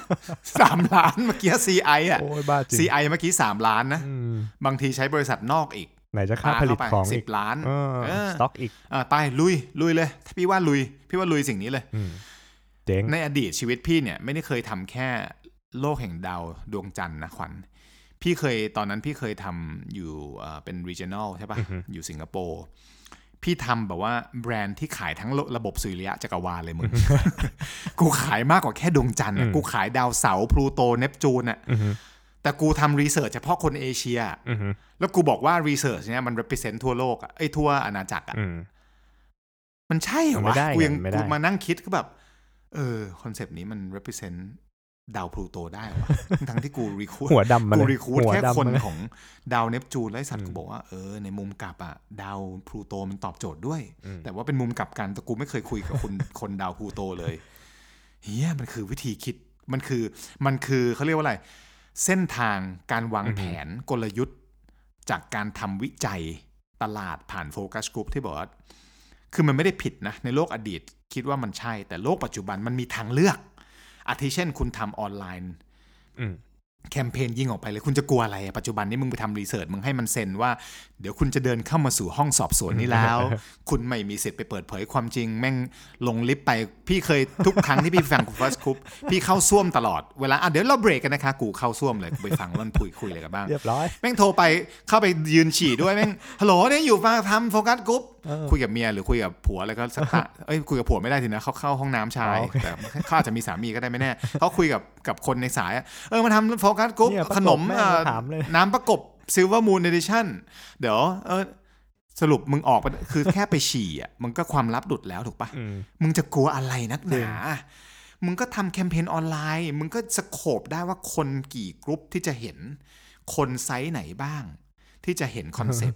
3 ล้านเมื่อกี้ CI อ่ะ CI เมื่อกี้3 ล้านนะบางทีใช้บริษัทนอกอีกไหนจะค่าผลิตของอีก 10 ล้านสต็อกอีกไปลุยเลยถ้าพี่ว่าลุยสิ่งนี้เลยในอดีตชีวิตพี่เนี่ยไม่ได้เคยทำแค่โลกแห่งดาวดวงจันทร์นะขวัญพี่ตอนนั้นพี่เคยทำอยู่เป็น regional ใช่ป่ะอยู่สิงคโปร์พี่ทำแบบว่าแบรนด์ที่ขายทั้งระบบสุริยะจักรวาลเลยมึง กูขายมากกว่าแค่ดวงจันทร์กูขายดาวเสาร์พลูโตเนปจูนอ่ะแต่กูทำรีเสิร์ชเฉพาะคนเอเชียแล้วกูบอกว่ารีเสิร์ชเนี่ยมัน represent ทั่วโลกอ่ะทั่วอาณาจักรอ่ะมันใช่เหรอวะกูมานั่งคิดก็แบบคอนเซปต์นี้มัน representดาวพลูโตได้วะทั้งที่กูรีคูดหัวดำกูรีคูดแค่คนของดาวเนปจูนและสัตว์กูบอกว่าในมุมกลับอ่ะดาวพลูโตมันตอบโจทย์ด้วยแต่ว่าเป็นมุมกลับกันแต่กูไม่เคยคุยกับคนดาวพลูโตเลยเฮียมันคือวิธีคิดมันคือเขาเรียกว่าอะไรเส้นทางการวางแผนกลยุทธ์จากการทำวิจัยตลาดผ่านโฟกัสกรุ๊ปที่บอกว่าคือมันไม่ได้ผิดนะในโลกอดีตคิดว่ามันใช่แต่โลกปัจจุบันมันมีทางเลือกอาทิเช่นคุณทำออนไลน์แคมเปญยิงออกไปเลยคุณจะกลัวอะไรปัจจุบันนี้มึงไปทำรีเสิร์ชมึงให้มันเซ็นว่าเดี๋ยวคุณจะเดินเข้ามาสู่ห้องสอบสวนนี้แล้ว คุณไม่มีสิทธิ์ไปเปิดเผยความจริงแม่งลงลิฟต์ไปพี่เคยทุกครั้งที่พี่ฟังFirst Groupพี่เข้าซ่วมตลอดเวลาเดี๋ยวเราเบรกกันนะคะกูเข้าซ่วมเลยกูไปฟังมันคุยอะไรกันบ้างเรียบร้อยแม่งโทรไปเข้าไปยืนฉี่ด้วยแม่งฮัลโหลเนี่ยอยู่ฟังทำโฟกัสกรุ๊ปคุยกับเมียหรือคุยกับผัวอะไรก็สักคุยกับผัวไม่ได้ทีนะเขาเข้าห้องน้ำชายแต่เขาอาจจะมีสามีก็ได้ไม่แน่เขาคุยกับคนในสายมาทำโฟกัสกรุ๊ปขนมน้ำประกบ Silver Moon Edition เดี๋ยวสรุปมึงออกไปคือแค่ไปฉี่อ่ะมึงก็ความลับหลุดแล้วถูกปะมึงจะกลัวอะไรนักหนามึงก็ทำแคมเปญออนไลน์มึงก็สโคปได้ว่าคนกี่กรุ๊ปที่จะเห็นคนไซส์ไหนบ้างที่จะเห็นคอนเซ็ปต์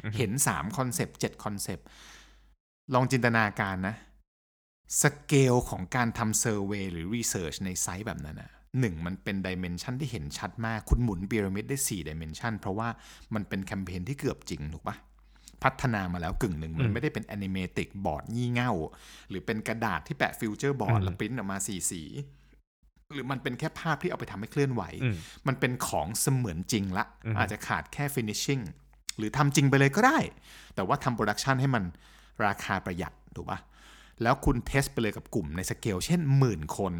เห็น3คอนเซปต์7คอนเซปต์ลองจินตนาการนะสเกลของการทำเซอร์เวย์หรือรีเสิร์ชในไซต์แบบนั้นนะ1มันเป็นดิเมนชันที่เห็นชัดมากคุณหมุนพีระมิดได้4ดิเมนชันเพราะว่ามันเป็นแคมเปญที่เกือบจริงถูกปะพัฒนามาแล้วกึ่งหนึ่งมันไม่ได้เป็นแอนิเมติกบอร์ดงี่เง่าหรือเป็นกระดาษที่แปะฟิวเจอร์บอร์ดแล้วปริ้นออกมาสีหรือมันเป็นแค่ภาพที่เอาไปทำให้เคลื่อนไหวมันเป็นของเสมือนจริงละอาจจะขาดแค่ finishing หรือทำจริงไปเลยก็ได้แต่ว่าทำโปรดักชันให้มันราคาประหยัดถูกปะแล้วคุณเทสไปเลยกับกลุ่มในสเกลเช่น10,000 คน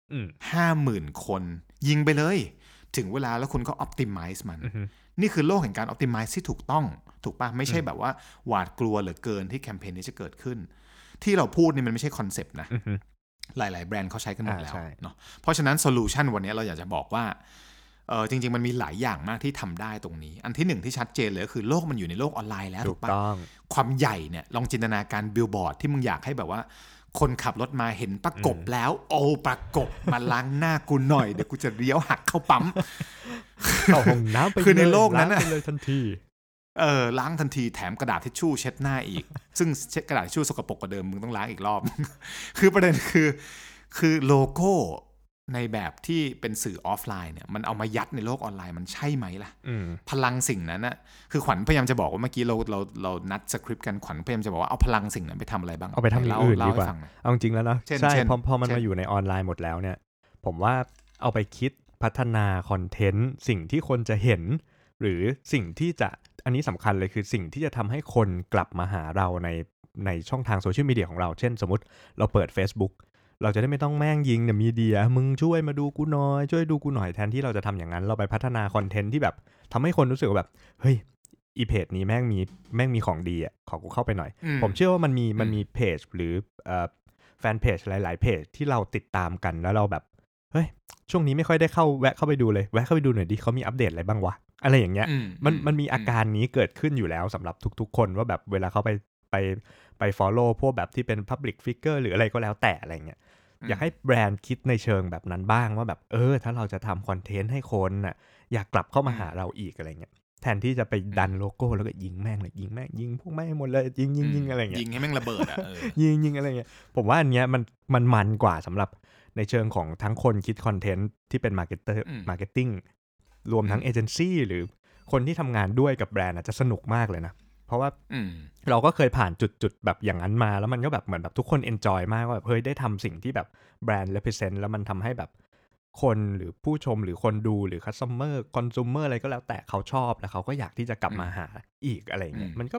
50,000 คนยิงไปเลยถึงเวลาแล้วคุณก็ optimize มันนี่คือโลกแห่งการ optimize ที่ถูกต้องถูกปะไม่ใช่แบบว่าหวาดกลัวเหลือเกินที่แคมเปญนี้จะเกิดขึ้นที่เราพูดนี่มันไม่ใช่คอนเซปต์นะหลายๆแบรนด์เขาใช้กันหมดแล้วเนาะเพราะฉะนั้นโซลูชันวันนี้เราอยากจะบอกว่าจริงๆมันมีหลายอย่างมากที่ทำได้ตรงนี้อันที่1ที่ชัดเจนเลยก็คือโลกมันอยู่ในโลกออนไลน์แล้วถูกปะความใหญ่เนี่ยลองจินตนาการบิลบอร์ดที่มึงอยากให้แบบว่าคนขับรถมาเห็นประกบแล้วโอ้ประกบมาล้างหน้ากูหน่อยเดี๋ยวกูจะเลี้ยวหักเข้าปั๊มเข้าห้องน้ำไปคือในโลกนั้นเลยทันทีล้างทันทีแถมกระดาษทิชชู่เช็ดหน้าอีกซึ่งกระดาษทิชชู่สกปรกกว่าเดิมมึงต้องล้างอีกรอบคือประเด็นคือโลโก้ในแบบที่เป็นสื่อออฟไลน์เนี่ยมันเอามายัดในโลกออนไลน์มันใช่ไหมล่ะพลังสิ่งนั้นนะคือขวัญพยายามจะบอกว่าเมื่อกี้เรานัดสคริปต์กันขวัญพยายามจะบอกว่าเอาพลังสิ่งนั้นไปทำอะไรบ้างเอาไปทำอย่างอื่นดีกว่าเอาจริงแล้วนะใช่พอมันมาอยู่ในออนไลน์หมดแล้วเนี่ยผมว่าเอาไปคิดพัฒนาคอนเทนต์สิ่งที่คนจะเห็นหรือสิ่งที่จะอันนี้สำคัญเลยคือสิ่งที่จะทำให้คนกลับมาหาเราในช่องทางโซเชียลมีเดียของเราเช่นสมมติเราเปิด Facebookเราจะได้ไม่ต้องแม่งยิงเนี่ยมีเดียมึงช่วยมาดูกูหน่อยช่วยดูกูหน่อยแทนที่เราจะทำอย่างนั้นเราไปพัฒนาคอนเทนต์ที่แบบทำให้คนรู้สึกแบบเฮ้ยอีเพจนี้แม่งมีของดีอ่ะขอกูเข้าไปหน่อยผมเชื่อว่ามันมีเพจหรือแฟนเพจหลายๆเพจที่เราติดตามกันแล้วเราแบบเฮ้ยช่วงนี้ไม่ค่อยได้แวะเข้าไปดูเลยแวะเข้าไปดูหน่อยดิเขามีอัปเดตอะไรบ้างวะอะไรอย่างเงี้ยมันมีอาการนี้เกิดขึ้นอยู่แล้วสำหรับทุกๆคนว่าแบบเวลาเขาไป follow พวกแบบที่เป็น public figure หรืออะไรก็แล้วแต่อะไรเงี้ยอยากให้แบรนด์คิดในเชิงแบบนั้นบ้างว่าแบบถ้าเราจะทำคอนเทนต์ให้คนน่ะอยากกลับเข้ามาหาเราอีกอะไรเงี้ยแทนที่จะไปดันโลโก้แล้วก็ยิงแม่งเลยยิงพวกแม่งหมดเลยยิงอะไรเงี้ยยิงให้แม่งระเบิดอ่ะยิงอะไรเงี้ยผมว่าอันเนี้ยมันกว่าสำหรับในเชิงของทั้งคนคิดคอนเทนต์ที่เป็นมาร์เก็ตติ้งรวมทั้งเอเจนซี่หรือคนที่ทำงานด้วยกับแบรนด์จะสนุกมากเลยนะเพราะว่าเราก็เคยผ่านจุดแบบอย่างนั้นมาแล้วมันก็แบบเหมือนแบบทุกคนเอนจอยมากว่าแบบเฮ้ยได้ทำสิ่งที่แบบแบรนด์ represent แล้วมันทำให้แบบคนหรือผู้ชมหรือคนดูหรือ customer consumer อะไรก็แล้วแต่เขาชอบแล้วเขาก็อยากที่จะกลับมาหาอีกอะไรเงี้ยมันก็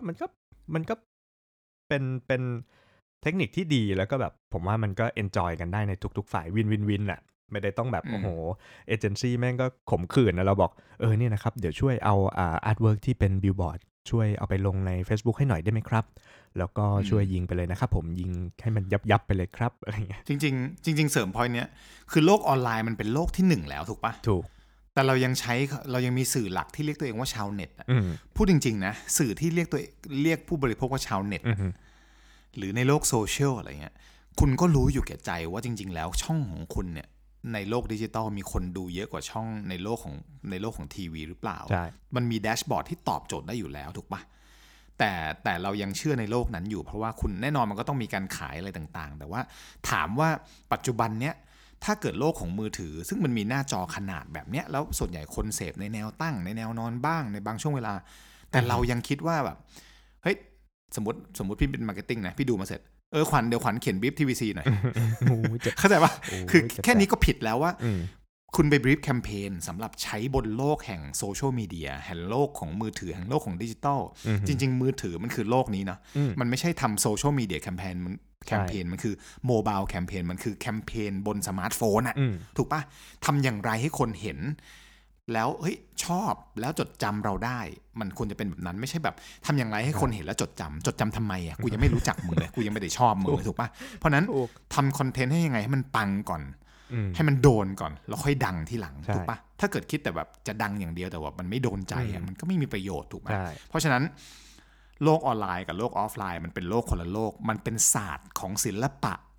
เป็นเทคนิคที่ดีแล้วก็แบบผมว่ามันก็เอนจอยกันได้ในทุกๆฝ่ายวินอ่ะไม่ได้ต้องแบบโอ้โหเอเจนซี่แม่งก็ขมขื่นนะเราบอกนี่นะครับเดี๋ยวช่วยเอาอาร์ตเวิร์กที่เป็นบิลบอร์ดช่วยเอาไปลงใน Facebook ให้หน่อยได้ไหมครับแล้วก็ช่วยยิงไปเลยนะครับผมยิงให้มันยับไปเลยครับอะไรเงี้ยจริงเสริมพอยต์เนี้ยคือโลกออนไลน์มันเป็นโลกที่1แล้วถูกปะถูกแต่เรายังมีสื่อหลักที่เรียกตัวเองว่าชาวเน็ตพูดจริงๆนะสื่อที่เรียกผู้บริโภคว่าชาวเน็ตหรือในโลกโซเชียลอะไรเงี้ยคุณก็รู้อยู่แก่ใจว่าจริงๆแล้วช่องของคุณเนี่ยในโลกดิจิตอลมีคนดูเยอะกว่าช่องในโลกของทีวีหรือเปล่ามันมีแดชบอร์ดที่ตอบโจทย์ได้อยู่แล้วถูกปะแต่เรายังเชื่อในโลกนั้นอยู่เพราะว่าคุณแน่นอนมันก็ต้องมีการขายอะไรต่างๆแต่ว่าถามว่าปัจจุบันเนี้ยถ้าเกิดโลกของมือถือซึ่งมันมีหน้าจอขนาดแบบเนี้ยแล้วส่วนใหญ่คนเสพในแนวตั้งในแนวนอนบ้างในบางช่วงเวลาแต่เรายังคิดว่าแบบเฮ้ยสมมติพี่เป็นมาร์เก็ตติ้งนะพี่ดูมาเสร็จขวัญเดี๋ยวขวัญเขียนบรีฟทีวีซีหน่อยเข้าใจป่ะคือแค่นี้ก็ผิดแล้วว่าคุณไปบรีฟแคมเปญสำหรับใช้บนโลกแห่งโซเชียลมีเดียแห่งโลกของมือถือแห่งโลกของดิจิตอลจริงๆมือถือมันคือโลกนี้นะมันไม่ใช่ทำโซเชียลมีเดียแคมเปญมันคือโมบายแคมเปญมันคือแคมเปญบนสมาร์ทโฟนอ่ะถูกป่ะทำอย่างไรให้คนเห็นแล้วเฮ้ยชอบแล้วจดจำเราได้มันควรจะเป็นแบบนั้นไม่ใช่แบบทำอย่างไรให้คนเห็นแล้วจดจำทำไมอ่ะกูยังไม่รู้จักมึงเลยกูยังไม่ได้ชอบมึงเลยถูกป่ะเพราะนั้นทำคอนเทนต์ให้ยังไงให้มันปังก่อนให้มันโดนก่อนแล้วค่อยดังที่หลังถูกป่ะถ้าเกิดคิดแต่แบบจะดังอย่างเดียวแต่ว่ามันไม่โดนใจอ่ะมันก็ไม่มีประโยชน์ถูกไหมเพราะฉะนั้นโลกออนไลน์กับโลกออฟไลน์มันเป็นโลกคนละโลกมันเป็นศาสตร์ของศิลปะ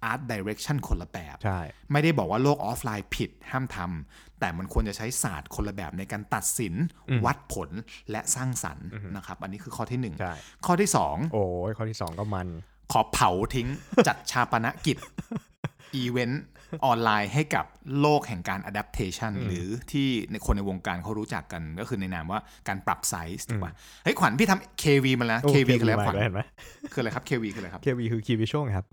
art direction คนละแบบใช่ไม่ได้บอกว่าโลกออฟไลน์ผิดห้ามทำแต่มันควรจะใช้ศาสตร์คนละแบบในการตัดสินวัดผลและสร้างสรรค์นะครับอันนี้คือข้อที่1ข้อที่2 โอ้ยข้อที่2ก็มันขอเผาทิ้ง จัดชาปนกิจอีเวนต์ออนไลน์ให้กับโลกแห่งการ adaptation หรือที่ในคนในวงการเขารู้จักกันก็คือในนามว่าการปรับไซส์ถูกป่ะเฮ้ยขวัญพี่ทำ KV มาแล้ว KV คืออะไรขวัญคืออะไรครับ KV คืออะไรครับ KV คือ Key Visual ครับ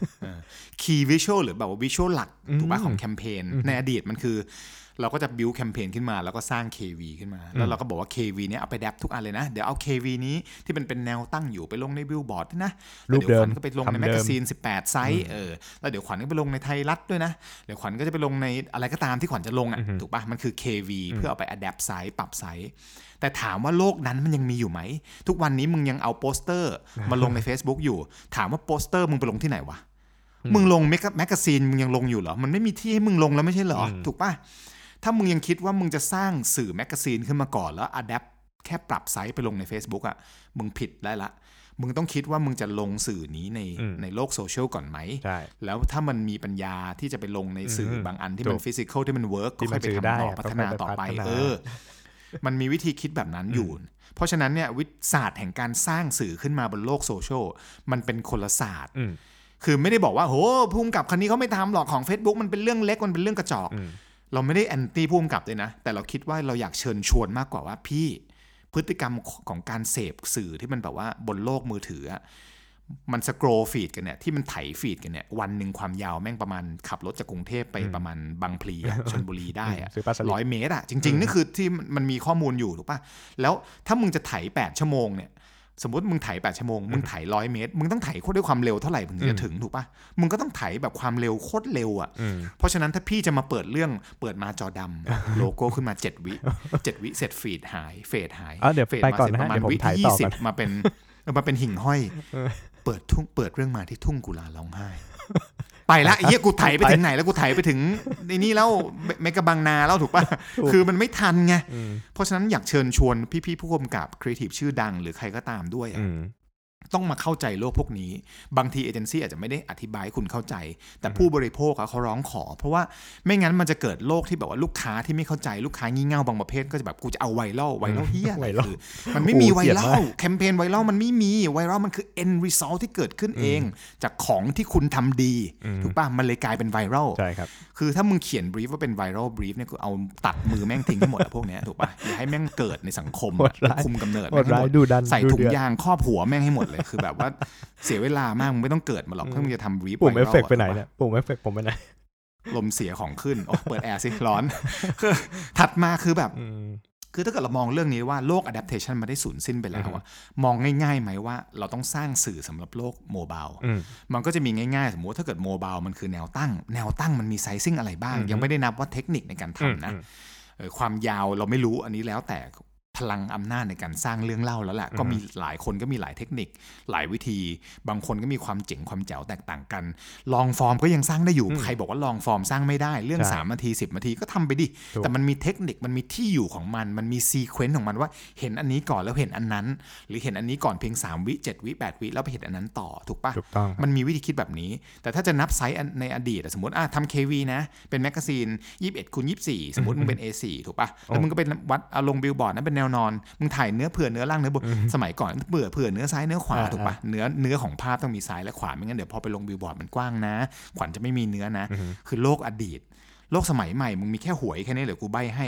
Key Visual หรือแบบว่า Visual หลักถูกป่ะของแคมเปญในอดีตมันคือเราก็จะ build แคมเปญขึ้นมาแล้วก็สร้าง KV ขึ้นมาแล้วเราก็บอกว่า KV เนี้ยเอาไปแดปทุกอันเลยนะเดี๋ยวเอา KV นี้ที่เป็นแนวตั้งอยู่ไปลงในบิลบอร์ดนะแล้วเดี๋ยวขวัญก็ไปลงในแมกกาซีน18ไซส์แล้วเดี๋ยวขวัญก็ไปลงในไทยรัฐด้วยนะเดี๋ยวขวัญก็จะไปลงในอะไรก็ตามที่ขวัญจะลงอ่ะถูกป่ะมันคือ KV เพื่อเอาไป adapt ไซส์ปรับไซส์แต่ถามว่าโลกนั้นมันยังมีอยู่ไหมทุกวันนี้มึงยังเอาโปสเตอร์มาลงใน Facebook อยู่ถามว่าโปสเตอร์มึงไปลงที่ไหนวะมึงลงแมกกาซีนมึงยังลงอยู่เหรอมันไม่มีที่ให้มึงลงแล้วไม่ใช่เหรอถูกป่ะถ้ามึงยังคิดว่ามึงจะสร้างสื่อแมกกาซีนขึ้นมาก่อนแล้วอะแดปแค่ปรับไซส์ไปลงใน Facebook อ่ะมึงผิดได้ละมึงต้องคิดว่ามึงจะลงสื่อนี้ในโลกโซเชียลก่อนไหมแล้วถ้ามันมีปัญญาที่จะไปลงในสื่อบางอันที่มันฟิสิกอลที่มันเวิร์กก็ค่อยไปทำต่อพัฒนาต่อไปมันมีวิธีคิดแบบนั้นอยู่เพราะฉะนั้นเนี่ยวิทยาศาสตร์แห่งการสร้างสื่อขึ้นมาบนโลกโซเชียลมันเป็นคนละศาสตร์คือไม่ได้บอกว่าโหภูมิกับคนนี้เขาไม่ทำหรอกของ Facebook มันเป็นเรื่องเล็กมันเป็นเรื่องกระจอกเราไม่ได้แอนตี้ผู้กำกับเลยนะแต่เราคิดว่าเราอยากเชิญชวนมากกว่าว่าพี่พฤติกรรมของการเสพสื่อที่มันแบบว่าบนโลกมือถือมันสครอลฟีดกันเนี่ยที่มันไถฟีดกันเนี่ยวันหนึ่งความยาวแม่งประมาณขับรถจากกรุงเทพไปประมาณบางพลีชลบุรีได้100 เมตรจริงๆนี่คือที่มันมีข้อมูลอยู่ถูกป่ะแล้วถ้ามึงจะไถ8 ชั่วโมงเนี่ยสมมติมึงไถ8 ชั่วโมงมึงไถ100 เมตรมึงต้องไถด้วยความเร็วเท่าไหร่ถึงจะถึงถูกป่ะมึงก็ต้องไถแบบความเร็วโคตรเร็วอ่ะเพราะฉะนั้นถ้าพี่จะมาเปิดเรื่องเปิดมาจอดำโลโก้ขึ้นมา7 วิเสร็จฟีดหายเฟดหายเดี๋ยวไปก่อนนะประมาณวิที่ 20มาเป็นหิ่งห้อยเปิดเรื่องมาที่ทุ่งกุลาร้องไห้ไปละเหี้ยกูไถไปถึงไหนแล้วกูไถไปถึงในนี่แล้วเมกะบางนาแล้วถูกป่ะคือมันไม่ทันไงเพราะฉะนั้นอยากเชิญชวนพี่ๆผู้กำกับครีเอทีฟชื่อดังหรือใครก็ตามด้วยต้องมาเข้าใจโลกพวกนี้บางทีเอเจนซี่อาจจะไม่ได้อธิบายให้คุณเข้าใจแต่ผู้บริโภคเขาร้องขอเพราะว่าไม่งั้นมันจะเกิดโลกที่แบบว่าลูกค้าที่ไม่เข้าใจลูกค้างี่เง่าบางประเภทก็จะแบบกูจะเอาไวรัลเหี้ยคือมันไม่มีไวรัลแคมเปญไวรัลมันไม่มีไวรัลมันคือ end result ที่เกิดขึ้นเองจากของที่คุณทำดีถูกป่ะมันเลยกลายเป็นไวรัลใช่ครับคือถ้ามึงเขียนบรีฟว่าเป็นไวรัลบรีฟเนี่ยคือเอาตัดมือแม่งทิ้งทั้งหมดพวกนี้ถูกป่ะอย่าให้แม่งเกิดในสังคมคุมกำเนิดแม่งให้หมดใส่ถุงยางครอบหัวแม่งให้หมดเลยคือแบบว่าเสียเวลามากมึงไม่ต้องเกิดมาหรอกถ้ามึงจะทำบรีฟปุ่มเอฟเฟกต์ไปไหนเนี่ยปุ่มเอฟเฟกต์ผมไปไหนลมเสียของขึ้นเปิดแอร์สิร้อนคือถัดมาคือแบบคือถ้าเกิดเรามองเรื่องนี้ว่าโลก adaptation มาได้สูญสิ้นไปแล้วมองง่ายๆไหมว่าเราต้องสร้างสื่อสำหรับโลกโมบายมันก็จะมีง่ายๆสมมติถ้าเกิดโมบายมันคือแนวตั้งมันมีไซซิ่งอะไรบ้างยังไม่ได้นับว่าเทคนิคในการทำนะความยาวเราไม่รู้อันนี้แล้วแต่พลังอำนาจในการสร้างเรื่องเล่าแล้วแหละก็มีหลายคนก็มีหลายเทคนิคหลายวิธีบางคนก็มีความเจ๋งความแจ๋วแตกต่างกันลองฟอร์มก็ยังสร้างได้อยู่ใครบอกว่าลองฟอร์มสร้างไม่ได้เรื่อง3 นาที10 นาทีก็ทำไปดิแต่มันมีเทคนิคมันมีที่อยู่ของมันมีซีเควนซ์ของมันว่าเห็นอันนี้ก่อนแล้วเห็นอันนั้นหรือเห็นอันนี้ก่อนเพียง3 วิ7 วิ8 วิแล้วไปเห็นอันนั้นต่อถูกปะมันมีวิธีคิดแบบนี้แต่ถ้าจะนับไซส์ในอดีตสมมติทำ KV นะเป็นแมกกาซีน 21x24 สมมติมึงเป็น A4 ถูกปะแล้วมึงก็เป็นวัดลงบิลบอร์ดนั้นเป็นแนวนอนมึงถ่ายเนื้อเผื่อเนื้อล่างเนื้อบนสมัยก่อนเผื่อเนื้อซ้ายเนื้อขวาถูกปะเนื้อของภาพต้องมีซ้ายและขวาไม่งั้นเดี๋ยวพอไปลงบิลบอร์ดมันกว้างนะขวัญจะไม่มีเนื้อนะคือโลกอดีตโลกสมัยใหม่มึงมีแค่หวยแค่นี้เหรอกูใบ้ให้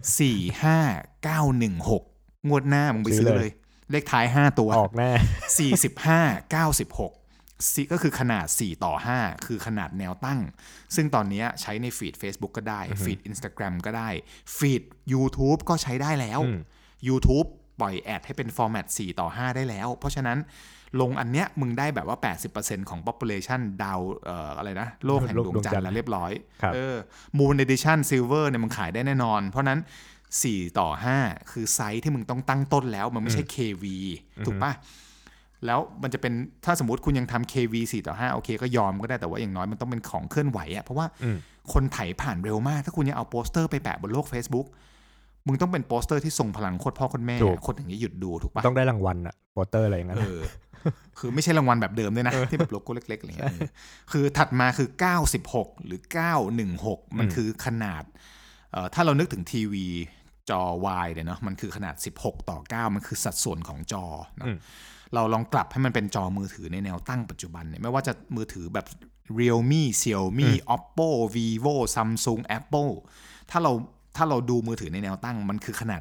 45916งวดหน้ามึงไปซื้อเลยเลขท้าย5ตัวออกแน่ 4596ก็คือขนาด4:5คือขนาดแนวตั้งซึ่งตอนนี้ใช้ในฟีด Facebook ก็ได้ฟีด Instagram ก็ได้ฟีด YouTube ก็ใช้ได้แล้วYouTube ปล่อยแอดให้เป็นฟอร์แมต4:5ได้แล้วเพราะฉะนั้นลงอันเนี้ยมึงได้แบบว่า 80% ของ population ดาวอะไรนะโลกแห่งดวงจันทร์แล้วเรียบร้อยMoon Edition Silver เนี่ยมึงขายได้แน่นอนเพราะนั้น4:5คือไซส์ที่มึงต้องตั้งต้นแล้วมันไม่ใช่ KV ถูกป่ะแล้วมันจะเป็นถ้าสมมติคุณยังทำ KV 4:5โอเคก็ยอมก็ได้แต่ว่าอย่างน้อยมันต้องเป็นของเคลื่อนไหวเพราะว่าคนไถผ่านเร็วมากถ้าคุณยังเอาโปสเตอร์ไปแปะบนโลก Facebook มึงต้องเป็นโปสเตอร์ที่ทรงพลังโคตรพ่อโคตรแม่คนอย่างนี้หยุดดูถูกปะต้องได้รางวัลอะโปสเตอร์อะไรอย่างเงี้ยคือไม่ใช่รางวัลแบบเดิมด้วยนะที่แบบโลโก้เล็กๆอะไรเงี้ยคือถัดมาคือ96หรือ916มันคือขนาดถ้าเรานึกถึงทีวีจอ Y เนี่ยเนาะมันคือขนาด16:9มันคือสัดส่วนของจอนะเราลองกลับให้มันเป็นจอมือถือในแนวตั้งปัจจุบันเนี่ยไม่ว่าจะมือถือแบบ Realme Xiaomi Oppo Vivo Samsung Apple ถ้าเราดูมือถือในแนวตั้งมันคือขนาด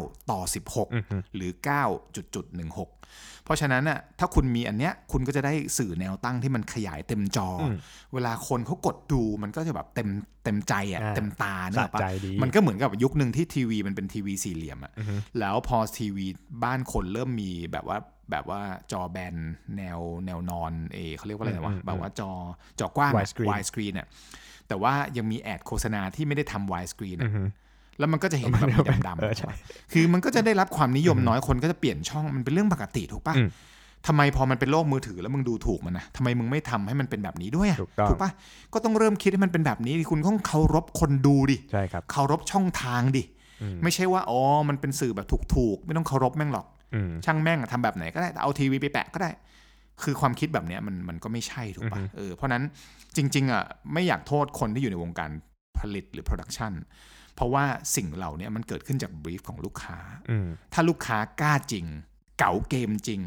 9:16หรือ9.16เพราะฉะนั้นน่ะถ้าคุณมีอันเนี้ยคุณก็จะได้สื่อแนวตั้งที่มันขยายเต็มจอเวลาคนเขากดดูมันก็จะแบบเต็มใจอ่ะเต็มตาเนอะปะมันก็เหมือนกับยุคนึงที่ทีวีมันเป็นทีวีสี่เหลี่ยมอ่ะแล้วพอทีวีบ้านคนเริ่มมีแบบว่าจอแบนแนวนอนเขาเรียกว่าอะไรวะแบบว่าจอกว้าง wide screen น่ะแต่ว่ายังมีแอดโฆษณาที่ไม่ได้ทำ wide screen น่ะแล้วมันก็จะเห็นแบบดำๆคือมันก็จะได้รับความนิยมน้อยคนก็จะเปลี่ยนช่องมันเป็นเรื่องปกติถูกป่ะทำไมพอมันเป็นโลกมือถือแล้วมึงดูถูกมันนะทำไมมึงไม่ทำให้มันเป็นแบบนี้ด้วยถูกป่ะก็ต้องเริ่มคิดให้มันเป็นแบบนี้คุณต้องเคารพคนดูดิใช่ครับเคารพช่องทางดิไม่ใช่ว่าอ๋อมันเป็นสื่อแบบถูกไม่ต้องเคารพแม่งหรอกช่างแม่งทำแบบไหนก็ได้แต่เอาทีวีไปแปะก็ได้คือความคิดแบบนี้มันก็ไม่ใช่ถูกป่ะเพราะนั้นจริงๆอ่ะไม่อยากโทษคนที่อยู่ในวงการผลิตหรือโปรดักชันเพราะว่าสิ่งเหล่านี้มันเกิดขึ้นจากบรีฟของลูกค้าถ้าลูกค้ากล้าจริงเก๋าเกมจริง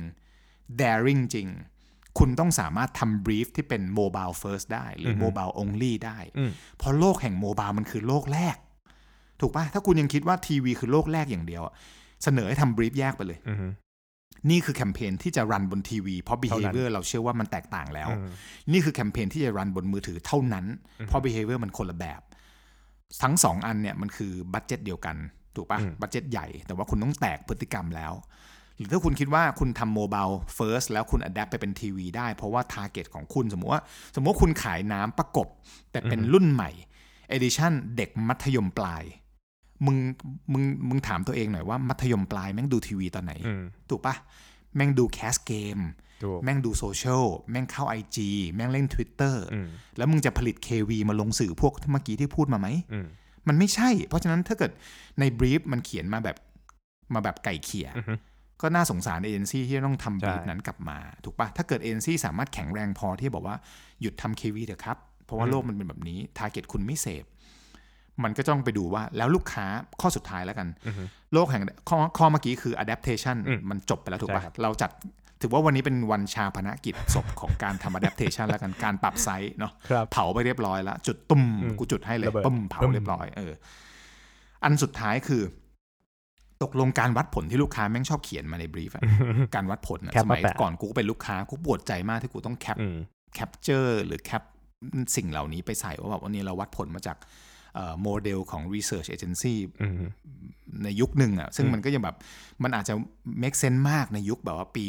daring จริงคุณต้องสามารถทำบรีฟที่เป็น mobile first ได้หรือ mobile only ได้เพราะโลกแห่งโมบายมันคือโลกแรกถูกป่ะถ้าคุณยังคิดว่าทีวีคือโลกแรกอย่างเดียวเสนอให้ทำบรีฟแยกไปเลยนี่คือแคมเปญที่จะรันบนทีวีเพราะ behavior เราเชื่อว่ามันแตกต่างแล้วนี่คือแคมเปญที่จะรันบนมือถือเท่านั้นเพราะ behavior มันคนละแบบทั้ง2อันเนี่ยมันคือบัดเจ็ตเดียวกันถูกป่ะบัดเจ็ตใหญ่แต่ว่าคุณต้องแตกพฤติกรรมแล้วหรือถ้าคุณคิดว่าคุณทำโมบายเฟิร์สแล้วคุณอัดแอปไปเป็นทีวีได้เพราะว่าทาร์เก็ตของคุณสมมติว่าคุณขายน้ำประกบแต่เป็นรุ่นใหม่เอดิชั่นเด็กมัธยมปลายมึงถามตัวเองหน่อยว่ามัธยมปลายแม่งดูทีวีตอนไหนถูกป่ะแม่งดูแคสเกมแม่งดูโซเชียลแม่งเข้า IG แม่งเล่น Twitter แล้วมึงจะผลิต KV มาลงสื่อพวกเมื่อกี้ที่พูดมาไหมมันไม่ใช่เพราะฉะนั้นถ้าเกิดในบรีฟมันเขียนมาแบบไก่เขี่ยก็น่าสงสารเอเจนซี่ที่ต้องทำบรีฟนั้นกลับมาถูกปะถ้าเกิดเอเจนซี่สามารถแข็งแรงพอที่บอกว่าหยุดทำ KV เถอะครับเพราะว่าโลกมันเป็นแบบนี้ทาร์เก็ตคุณไม่เสพมันก็ต้องไปดูว่าแล้วลูกค้าข้อสุดท้ายแล้วกันโลกแห่งข้อเมื่อกี้คือ adaptation มันจบไปแล้วถูกปะเราจัดถือว่าวันนี้เป็นวันชาปนกิจศพของการทำ adaptation แล้วกันการปรับไซส์เนาะเผาไปเรียบร้อยแล้วจุดตุ้มกูจุดให้เลยปุ้มเผาเรียบร้อยอันสุดท้ายคือตกลงการวัดผลที่ลูกค้าแม่งชอบเขียนมาในบรีฟการวัดผลสมัยก่อนกูเป็นลูกค้ากูปวดใจมากที่กูต้องแคปเจอร์หรือแคปสิ่งเหล่านี้ไปใส่ว่าแบบวันนี้เราวัดผลมาจากโมเดลของ research agency ในยุคหนึ่งซึ่งมันก็ยังแบบมันอาจจะ make sense มากในยุคแบบว่าปี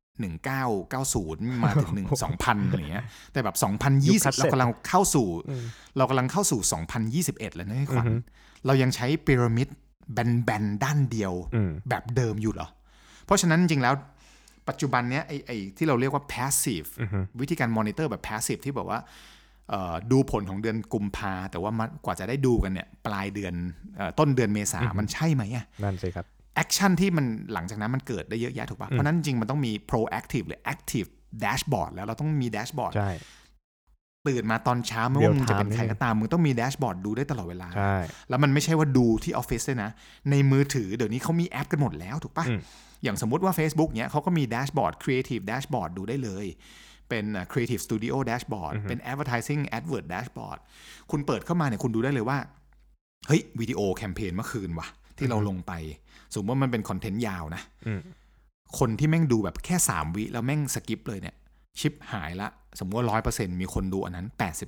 1990มาถึง2000อะไรเงี้ยแต่แบบ2020เรากำลังเข้าสู่2021แล้วนะขวัญเรายังใช้พีระมิดแบนๆด้านเดียวแบบเดิมอยู่เหรอเพราะฉะนั้นจริงๆแล้วปัจจุบันเนี้ยไอ้ที่เราเรียกว่า passive วิธีการ monitor แบบ passive ที่บอกว่าดูผลของเดือนกุมภาแต่ว่ากว่าจะได้ดูกันเนี่ยปลายเดือนต้นเดือนเมษามันใช่ไหมนั่นสิครับแอคชั่นที่มันหลังจากนั้นมันเกิดได้เยอะแยะถูกป่ะเพราะนั้นจริงมันต้องมี proactive หรือ active dashboard แล้วเราต้องมี dashboard ใช่ตื่นมาตอนเช้าไม่ว่ามึงจะเป็นใครก็ตามมึงต้องมี dashboard ดูได้ตลอดเวลาแล้วมันไม่ใช่ว่าดูที่ออฟฟิศด้วยนะในมือถือเดี๋ยวนี้เขามีแอปกันหมดแล้วถูกป่ะอย่างสมมุติว่า Facebook เนี้ยเขาก็มี dashboard creative dashboard ดูได้เลยเป็น Creative Studio Dashboard เป็น Advertising Advert Dashboard คุณเปิดเข้ามาเนี่ยคุณดูได้เลยว่าเฮ้ยวิดีโอแคมเปญเมื่อคืนว่ะที่เราลงไปสมมติว่ามันเป็นคอนเทนต์ยาวนะคนที่แม่งดูแบบแค่3วิแล้วแม่งสกิปเลยเนี่ยชิปหายละสมมติว่า 100% มีคนดูอันนั้น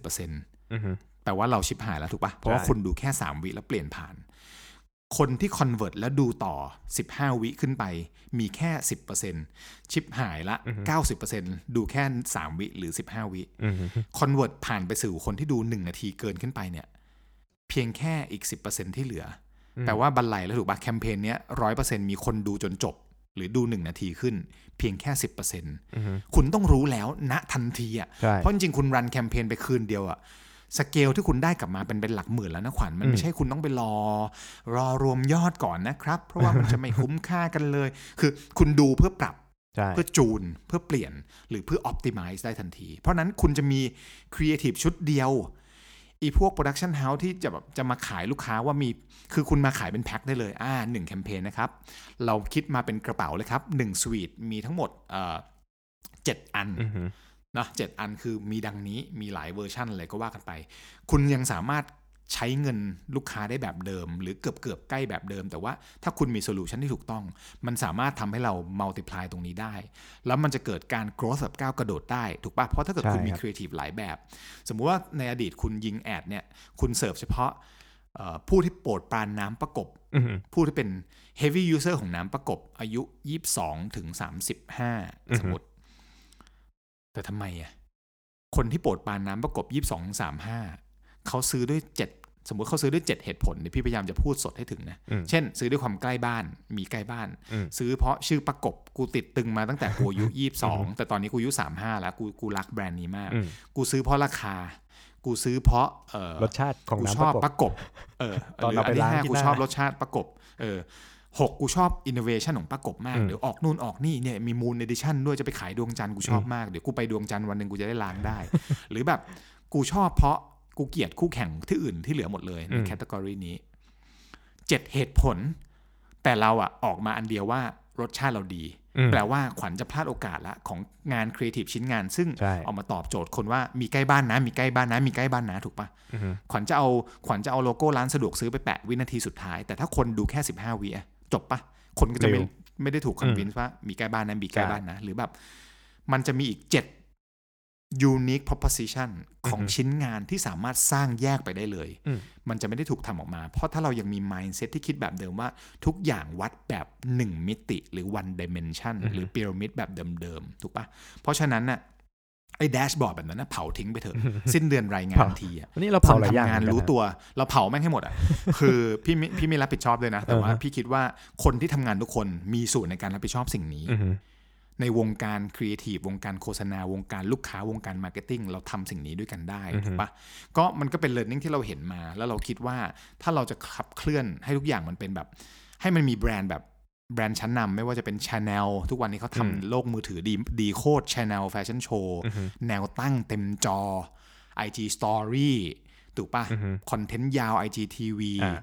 80% แปลว่าเราชิปหายแล้วถูกปะเพราะว่าคุณดูแค่3วิแล้วเปลี่ยนผ่านคนที่ convert แล้วดูต่อ15วิขึ้นไปมีแค่ 10% ชิปหายละ 90% ดูแค่3วิหรือ15วิconvert ผ่านไปสู่คนที่ดู1นาทีเกินขึ้นไปเนี่ยเพียงแค่อีก 10% ที่เหลือแต่ว่าบรรลัยแล้วถูกป่ะแคมเปญเนี้ย 100% มีคนดูจนจบหรือดู1นาทีขึ้นเพียงแค่ 10% คุณต้องรู้แล้วณทันทีอ่ะเพราะจริงๆคุณรันแคมเปญไปคืนเดียวอ่ะสเกลที่คุณได้กลับมาเป็นหลักหมื่นแล้วนะขวัญมันไม่ใช่คุณต้องไปรอรวมยอดก่อนนะครับเพราะว่ามันจะไม่คุ้มค่ากันเลยคือคุณดูเพื่อปรับเพื่อจูนเพื่อเปลี่ยนหรือเพื่อ optimize ได้ทันทีเพราะนั้นคุณจะมี creative ชุดเดียวอีพวก production house ที่จะมาขายลูกค้าว่ามีคือคุณมาขายเป็นแพ็คได้เลย1แคมเปญนะครับเราคิดมาเป็นกระเป๋าเลยครับ1สวีทมีทั้งหมด7อันนะ7อันคือมีดังนี้มีหลายเวอร์ชันอะไรก็ว่ากันไปคุณยังสามารถใช้เงินลูกค้าได้แบบเดิมหรือเกือบใกล้แบบเดิมแต่ว่าถ้าคุณมีโซลูชันที่ถูกต้องมันสามารถทำให้เรา multiply ตรงนี้ได้แล้วมันจะเกิดการ growth แบบก้าวกระโดดได้ถูกป่ะเพราะถ้าเกิดคุณมี creative หลายแบบสมมุติว่าในอดีตคุณยิงแอดเนี่ยคุณเสิร์ฟเฉพาะผู้ที่โปรดปรานน้ำประกบผู้ที่เป็น heavy user ของน้ำประกบอายุ22ถึง35สมมติแต่ทำไมคนที่โปรดปรานน้ำประกบ22ถึง35เขาซื้อด้วย7สมมุติเขาซื้อด้วย7เหตุผลเนี่ยพี่พยายามจะพูดสดให้ถึงนะเช่นซื้อด้วยความใกล้บ้านมีใกล้บ้านซื้อเพราะชื่อประกบกูติดตึงมาตั้งแต่กูอายุ22แต่ตอนนี้กูอายุ35แล้วกูรักแบรนด์นี้มากกูซื้อเพราะราคากูซื้อเพราะรสชาติของน้ำชอบประกบตอนเราไปร้านกูชอบรสชาติประกบ6กูชอบอินโนเวชันของประกบมากเดี๋ยวออกนู่นออกนี่เนี่ยมีมูนเอดิชั่นด้วยจะไปขายดวงจันทร์กูชอบมากเดี๋ยวกูไปดวงจันทร์วันนึงกูจะได้ล้างได้หรือแบบกูชอบเพราะกูเกลียดคู่แข่งที่อื่นที่เหลือหมดเลยในแคตตากรีนี้7เหตุผลแต่เราออกมาอันเดียวว่ารสชาติเราดีแปลว่าขวัญจะพลาดโอกาสละของงานครีเอทีฟชิ้นงานซึ่งเอามาตอบโจทย์คนว่ามีใกล้บ้านนะมีใกล้บ้านนะมีใกล้บ้านนะถูกปะขวัญจะเอาโลโก้ร้านสะดวกซื้อไปแปะวินาทีสุดท้ายแต่ถ้าคนดูแค่15วิจบปะคนก็จะไม่ได้ถูกคอนวินส์ว่ามีใกล้บ้านนะมีใกล้บ้านนะหรือแบบมันจะมีอีก7 unique proposition ของชิ้นงานที่สามารถสร้างแยกไปได้เลยมันจะไม่ได้ถูกทำออกมาเพราะถ้าเรายังมี mindset ที่คิดแบบเดิมว่าทุกอย่างวัดแบบ1มิติหรือ one dimension หรือ pyramid แบบเดิมๆถูกปะเพราะฉะนั้นน่ะไอ้แดชบอร์ดแบบนั้นนะเผาทิ้งไปเถอะ สิ้นเดือนรายงานทีนี่เราเผาหลายอย่างงานรู้ตัวเราเผาแม่งให้หมดคือพี่ไม่รับผิดชอบเลยนะแต่ว่าพี่คิดว่าคนที่ทำงานทุกคนมีส่วนในการรับผิดชอบสิ่งนี้ในวงการครีเอทีฟวงการโฆษณาวงการลูกค้าวงการมาร์เก็ตติ้งเราทำสิ่งนี้ด้วยกันได้ถูกปะก็มันก็เป็น learning ที่เราเห็นมาแล้วเราคิดว่าถ้าเราจะขับเคลื่อนให้ทุกอย่างมันเป็นแบบให้มันมีแบรนด์แบบแบรนด์ชั้นนำไม่ว่าจะเป็น Chanel ทุกวันนี้เขาทำโลกมือถือดีโคตร Chanel Fashion Show แนวตั้งเต็มจอ IG Story ถูกปะคอนเทนต์ยาว IGTV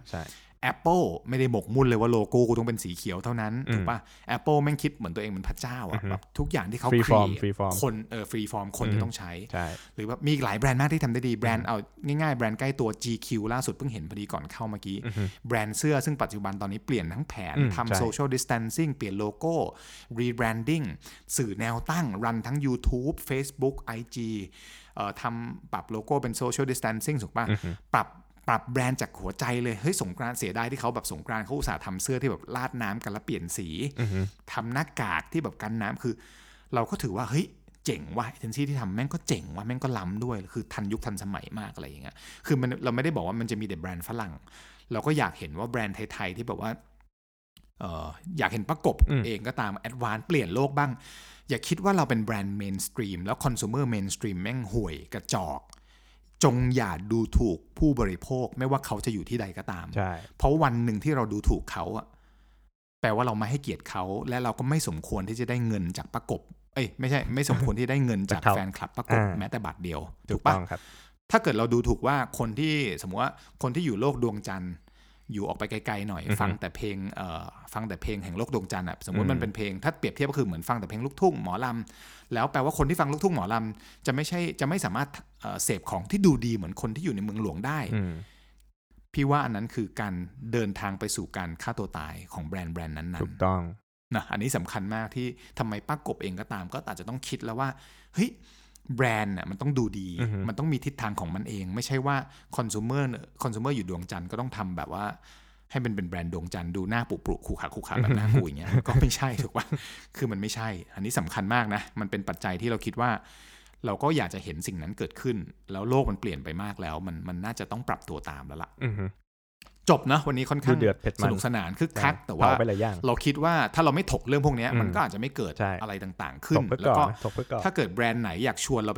Apple ไม่ได้หมกมุ่นเลยว่าโลโก้กูต้องเป็นสีเขียวเท่านั้นถูกป่ะ Apple แม่งคิดเหมือนตัวเองเป็นพระเจ้าแบบทุกอย่างที่เขาครีเอทคนฟรีฟอร์มคนจะต้องใช้หรือว่ามีหลายแบรนด์มากที่ทำได้ดีแบรนด์เอาง่ายๆแบรนด์ใกล้ตัว GQ ล่าสุดเพิ่งเห็นพอดีก่อนเข้าเมื่อกี้แบรนด์เสื้อซึ่งปัจจุบันตอนนี้เปลี่ยนทั้งแผนทำ social distancing เปลี่ยนโลโก้ rebranding สื่อแนวตั้งรันทั้ง YouTube Facebook IG ทำปรับโลโก้เป็น social distancing ถูกป่ะปรับแบรนด์จากหัวใจเลยเฮ้ยสงกรานต์เสียดายที่เขาแบบสงกรานต์เขาอุตส่าห์ทำเสื้อที่แบบราดน้ำกันแล้วเปลี่ยนสีทำหน้ากากที่แบบกันน้ำคือเราก็ถือว่าเฮ้ยเจ๋งว่ะเอเจนซี่ที่ทำแม่งก็เจ๋งว่ะแม่งก็ล้ำด้วยคือทันยุคทันสมัยมากอะไรอย่างเงี้ยคือเราไม่ได้บอกว่ามันจะมีแต่แบรนด์ฝรั่งเราก็อยากเห็นว่าแบรนด์ไทยๆที่แบบว่าอยากเห็นประกบเองก็ตามแอดวานซ์เปลี่ยนโลกบ้างอย่าคิดว่าเราเป็นแบรนด์เมนสตรีมแล้วคอน sumer เมนสตรีมแม่งห่วยกระจอกจงอย่าดูถูกผู้บริโภคไม่ว่าเขาจะอยู่ที่ใดก็ตามเพราะวันหนึ่งที่เราดูถูกเขาแปลว่าเราไม่ให้เกียรติเขาและเราก็ไม่สมควรที่จะได้เงินจากประกบไม่สมควรที่ได้เงินจากแฟนคลับประกบแม้แต่บาทเดียวถูกปะถ้าเกิดเราดูถูกว่าคนที่สมมติว่าคนที่อยู่โลกดวงจันทร์อยู่ออกไปไกลๆหน่อยฟังแต่เพลงแห่งโลกดวงจันทร์สมมติมันเป็นเพลงถ้าเปรียบเทียบก็คือเหมือนฟังแต่เพลงลูกทุ่งหมอลำแล้วแปลว่าคนที่ฟังลูกทุ่งหมอลำจะไม่สามารถเสพของที่ดูดีเหมือนคนที่อยู่ในเมืองหลวงได้พี่ว่าอันนั้นคือการเดินทางไปสู่การฆ่าตัวตายของแบรนด์นั้นๆถูกต้องนะอันนี้สำคัญมากที่ทำไมป้ากบเองก็ตามก็อาจจะต้องคิดแล้วว่าเฮ้ยแบรนด์มันต้องดูดีมันต้องมีทิศทางของมันเองไม่ใช่ว่าคอน sumer อยู่ดวงจันทร์ก็ต้องทำแบบว่าให้มันเป็นแบรนด์ดวงจันทร์ดูหน้าปุบๆขู่ขาแบบหน้ากูอย่างเงี้ยก็ไม่ใช่ถูกป่ะคือมันไม่ใช่อันนี้สำคัญมากนะมันเป็นปัจจัยที่เราคิดว่าเราก็อยากจะเห็นสิ่งนั้นเกิดขึ้นแล้วโลกมันเปลี่ยนไปมากแล้วมันน่าจะต้องปรับตัวตามแล้วล่ะจบนะวันนี้ค่อนข้างสนุกสนานคึกคักแต่ว่าเราคิดว่าถ้าเราไม่ถกเรื่องพวกนี้มันก็อาจจะไม่เกิดอะไรต่างๆขึ้นแล้วก็ถ้าเกิดแบรนด์ไหนอยากชวนเราไปถก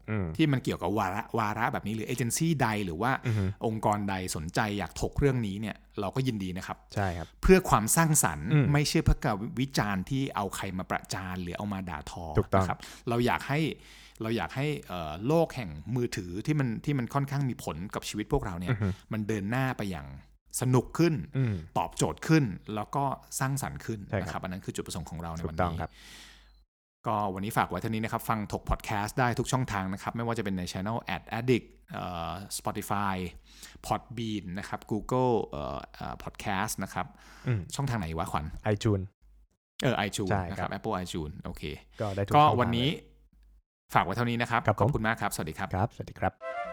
ที่มันเกี่ยวกับวาระแบบนี้หรือเอเจนซี่ใดหรือว่าองค์กรใดสนใจอยากถกเรื่องนี้เนี่ยเราก็ยินดีนะครับใช่ครับเพื่อความสร้างสรรค์ไม่ใช่เพื่อการวิจารณ์ที่เอาใครมาประจานหรือเอามาด่าทอนะครับเราอยากให้โลกแห่งมือถือที่มันค่อนข้างมีผลกับชีวิตพวกเราเนี่ยมันเดินหน้าไปอย่างสนุกขึ้นตอบโจทย์ขึ้นแล้วก็สร้างสรรค์ขึ้นนะครับอันนั้นคือจุดประสงค์ของเราในวันนี้ก็วันนี้ฝากไว้เท่านี้นะครับฟังถกพอดแคสต์ได้ทุกช่องทางนะครับไม่ว่าจะเป็นใน Channel @addict Spotify Podbean นะครับ Google Podcast นะครับช่องทางไหนวะขวัญ iTunes iTunes นะครับ Apple iTunes โอเคก็ได้ทุกก็วันนี้ฝากไว้เท่านี้นะครับขอบคุณมากครับสวัสดีครับครับสวัสดีครับ